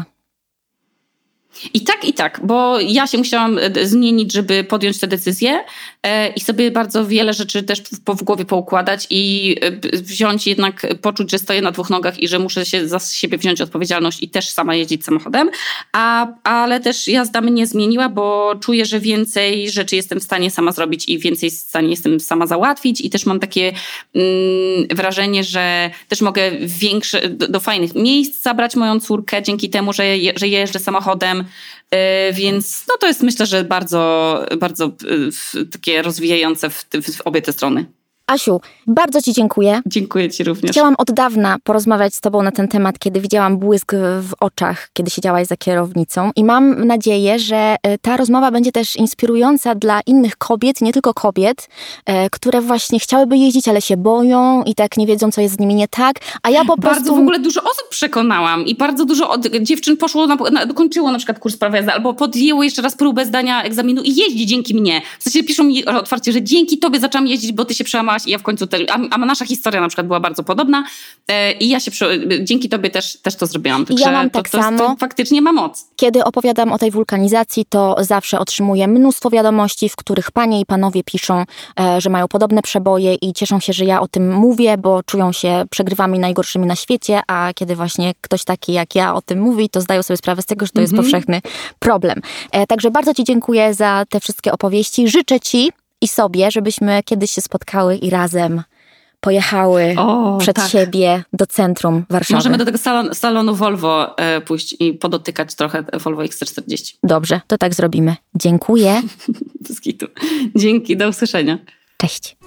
I tak, i tak, bo ja się musiałam zmienić, żeby podjąć tę decyzję e, i sobie bardzo wiele rzeczy też w, w głowie poukładać i wziąć jednak, poczuć, że stoję na dwóch nogach i że muszę się za siebie wziąć odpowiedzialność i też sama jeździć samochodem, a, ale też jazda mnie zmieniła, bo czuję, że więcej rzeczy jestem w stanie sama zrobić i więcej w stanie jestem sama załatwić i też mam takie mm, wrażenie, że też mogę większe, do, do fajnych miejsc zabrać moją córkę dzięki temu, że, je, że jeżdżę samochodem. Yy, więc no to jest, myślę, że bardzo, bardzo yy, takie rozwijające w, w, w obie te strony. Asiu, bardzo ci dziękuję. Dziękuję ci również. Chciałam od dawna porozmawiać z tobą na ten temat, kiedy widziałam błysk w oczach, kiedy siedziałaś za kierownicą i mam nadzieję, że ta rozmowa będzie też inspirująca dla innych kobiet, nie tylko kobiet, które właśnie chciałyby jeździć, ale się boją i tak nie wiedzą, co jest z nimi nie tak, a ja po prostu... Bardzo w ogóle dużo osób przekonałam i bardzo dużo od, dziewczyn poszło, na, na, dokończyło na przykład kurs prawa jazdy albo podjęło jeszcze raz próbę zdania egzaminu i jeździ dzięki mnie. W sensie piszą mi otwarcie, że dzięki tobie zaczęłam jeździć, bo ty się przełamałaś i ja w końcu też, a, a nasza historia na przykład była bardzo podobna e, i ja się przy, dzięki tobie też, też to zrobiłam. Także ja mam to, tak to, samo. To faktycznie ma moc. Kiedy opowiadam o tej wulkanizacji, to zawsze otrzymuję mnóstwo wiadomości, w których panie i panowie piszą, e, że mają podobne przeboje i cieszą się, że ja o tym mówię, bo czują się przegrywami najgorszymi na świecie, a kiedy właśnie ktoś taki jak ja o tym mówi, to zdają sobie sprawę z tego, że to jest mm-hmm. powszechny problem. E, także bardzo ci dziękuję za te wszystkie opowieści. Życzę ci i sobie, żebyśmy kiedyś się spotkały i razem pojechały o, przed tak. siebie do centrum Warszawy. Możemy do tego salon, salonu Volvo e, pójść i podotykać trochę Volvo X C czterdzieści. Dobrze, to tak zrobimy. Dziękuję. Bez kitu. Dzięki, do usłyszenia. Cześć.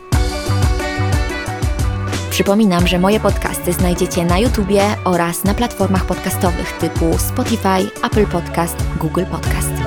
Przypominam, że moje podcasty znajdziecie na YouTubie oraz na platformach podcastowych typu Spotify, Apple Podcast, Google Podcast.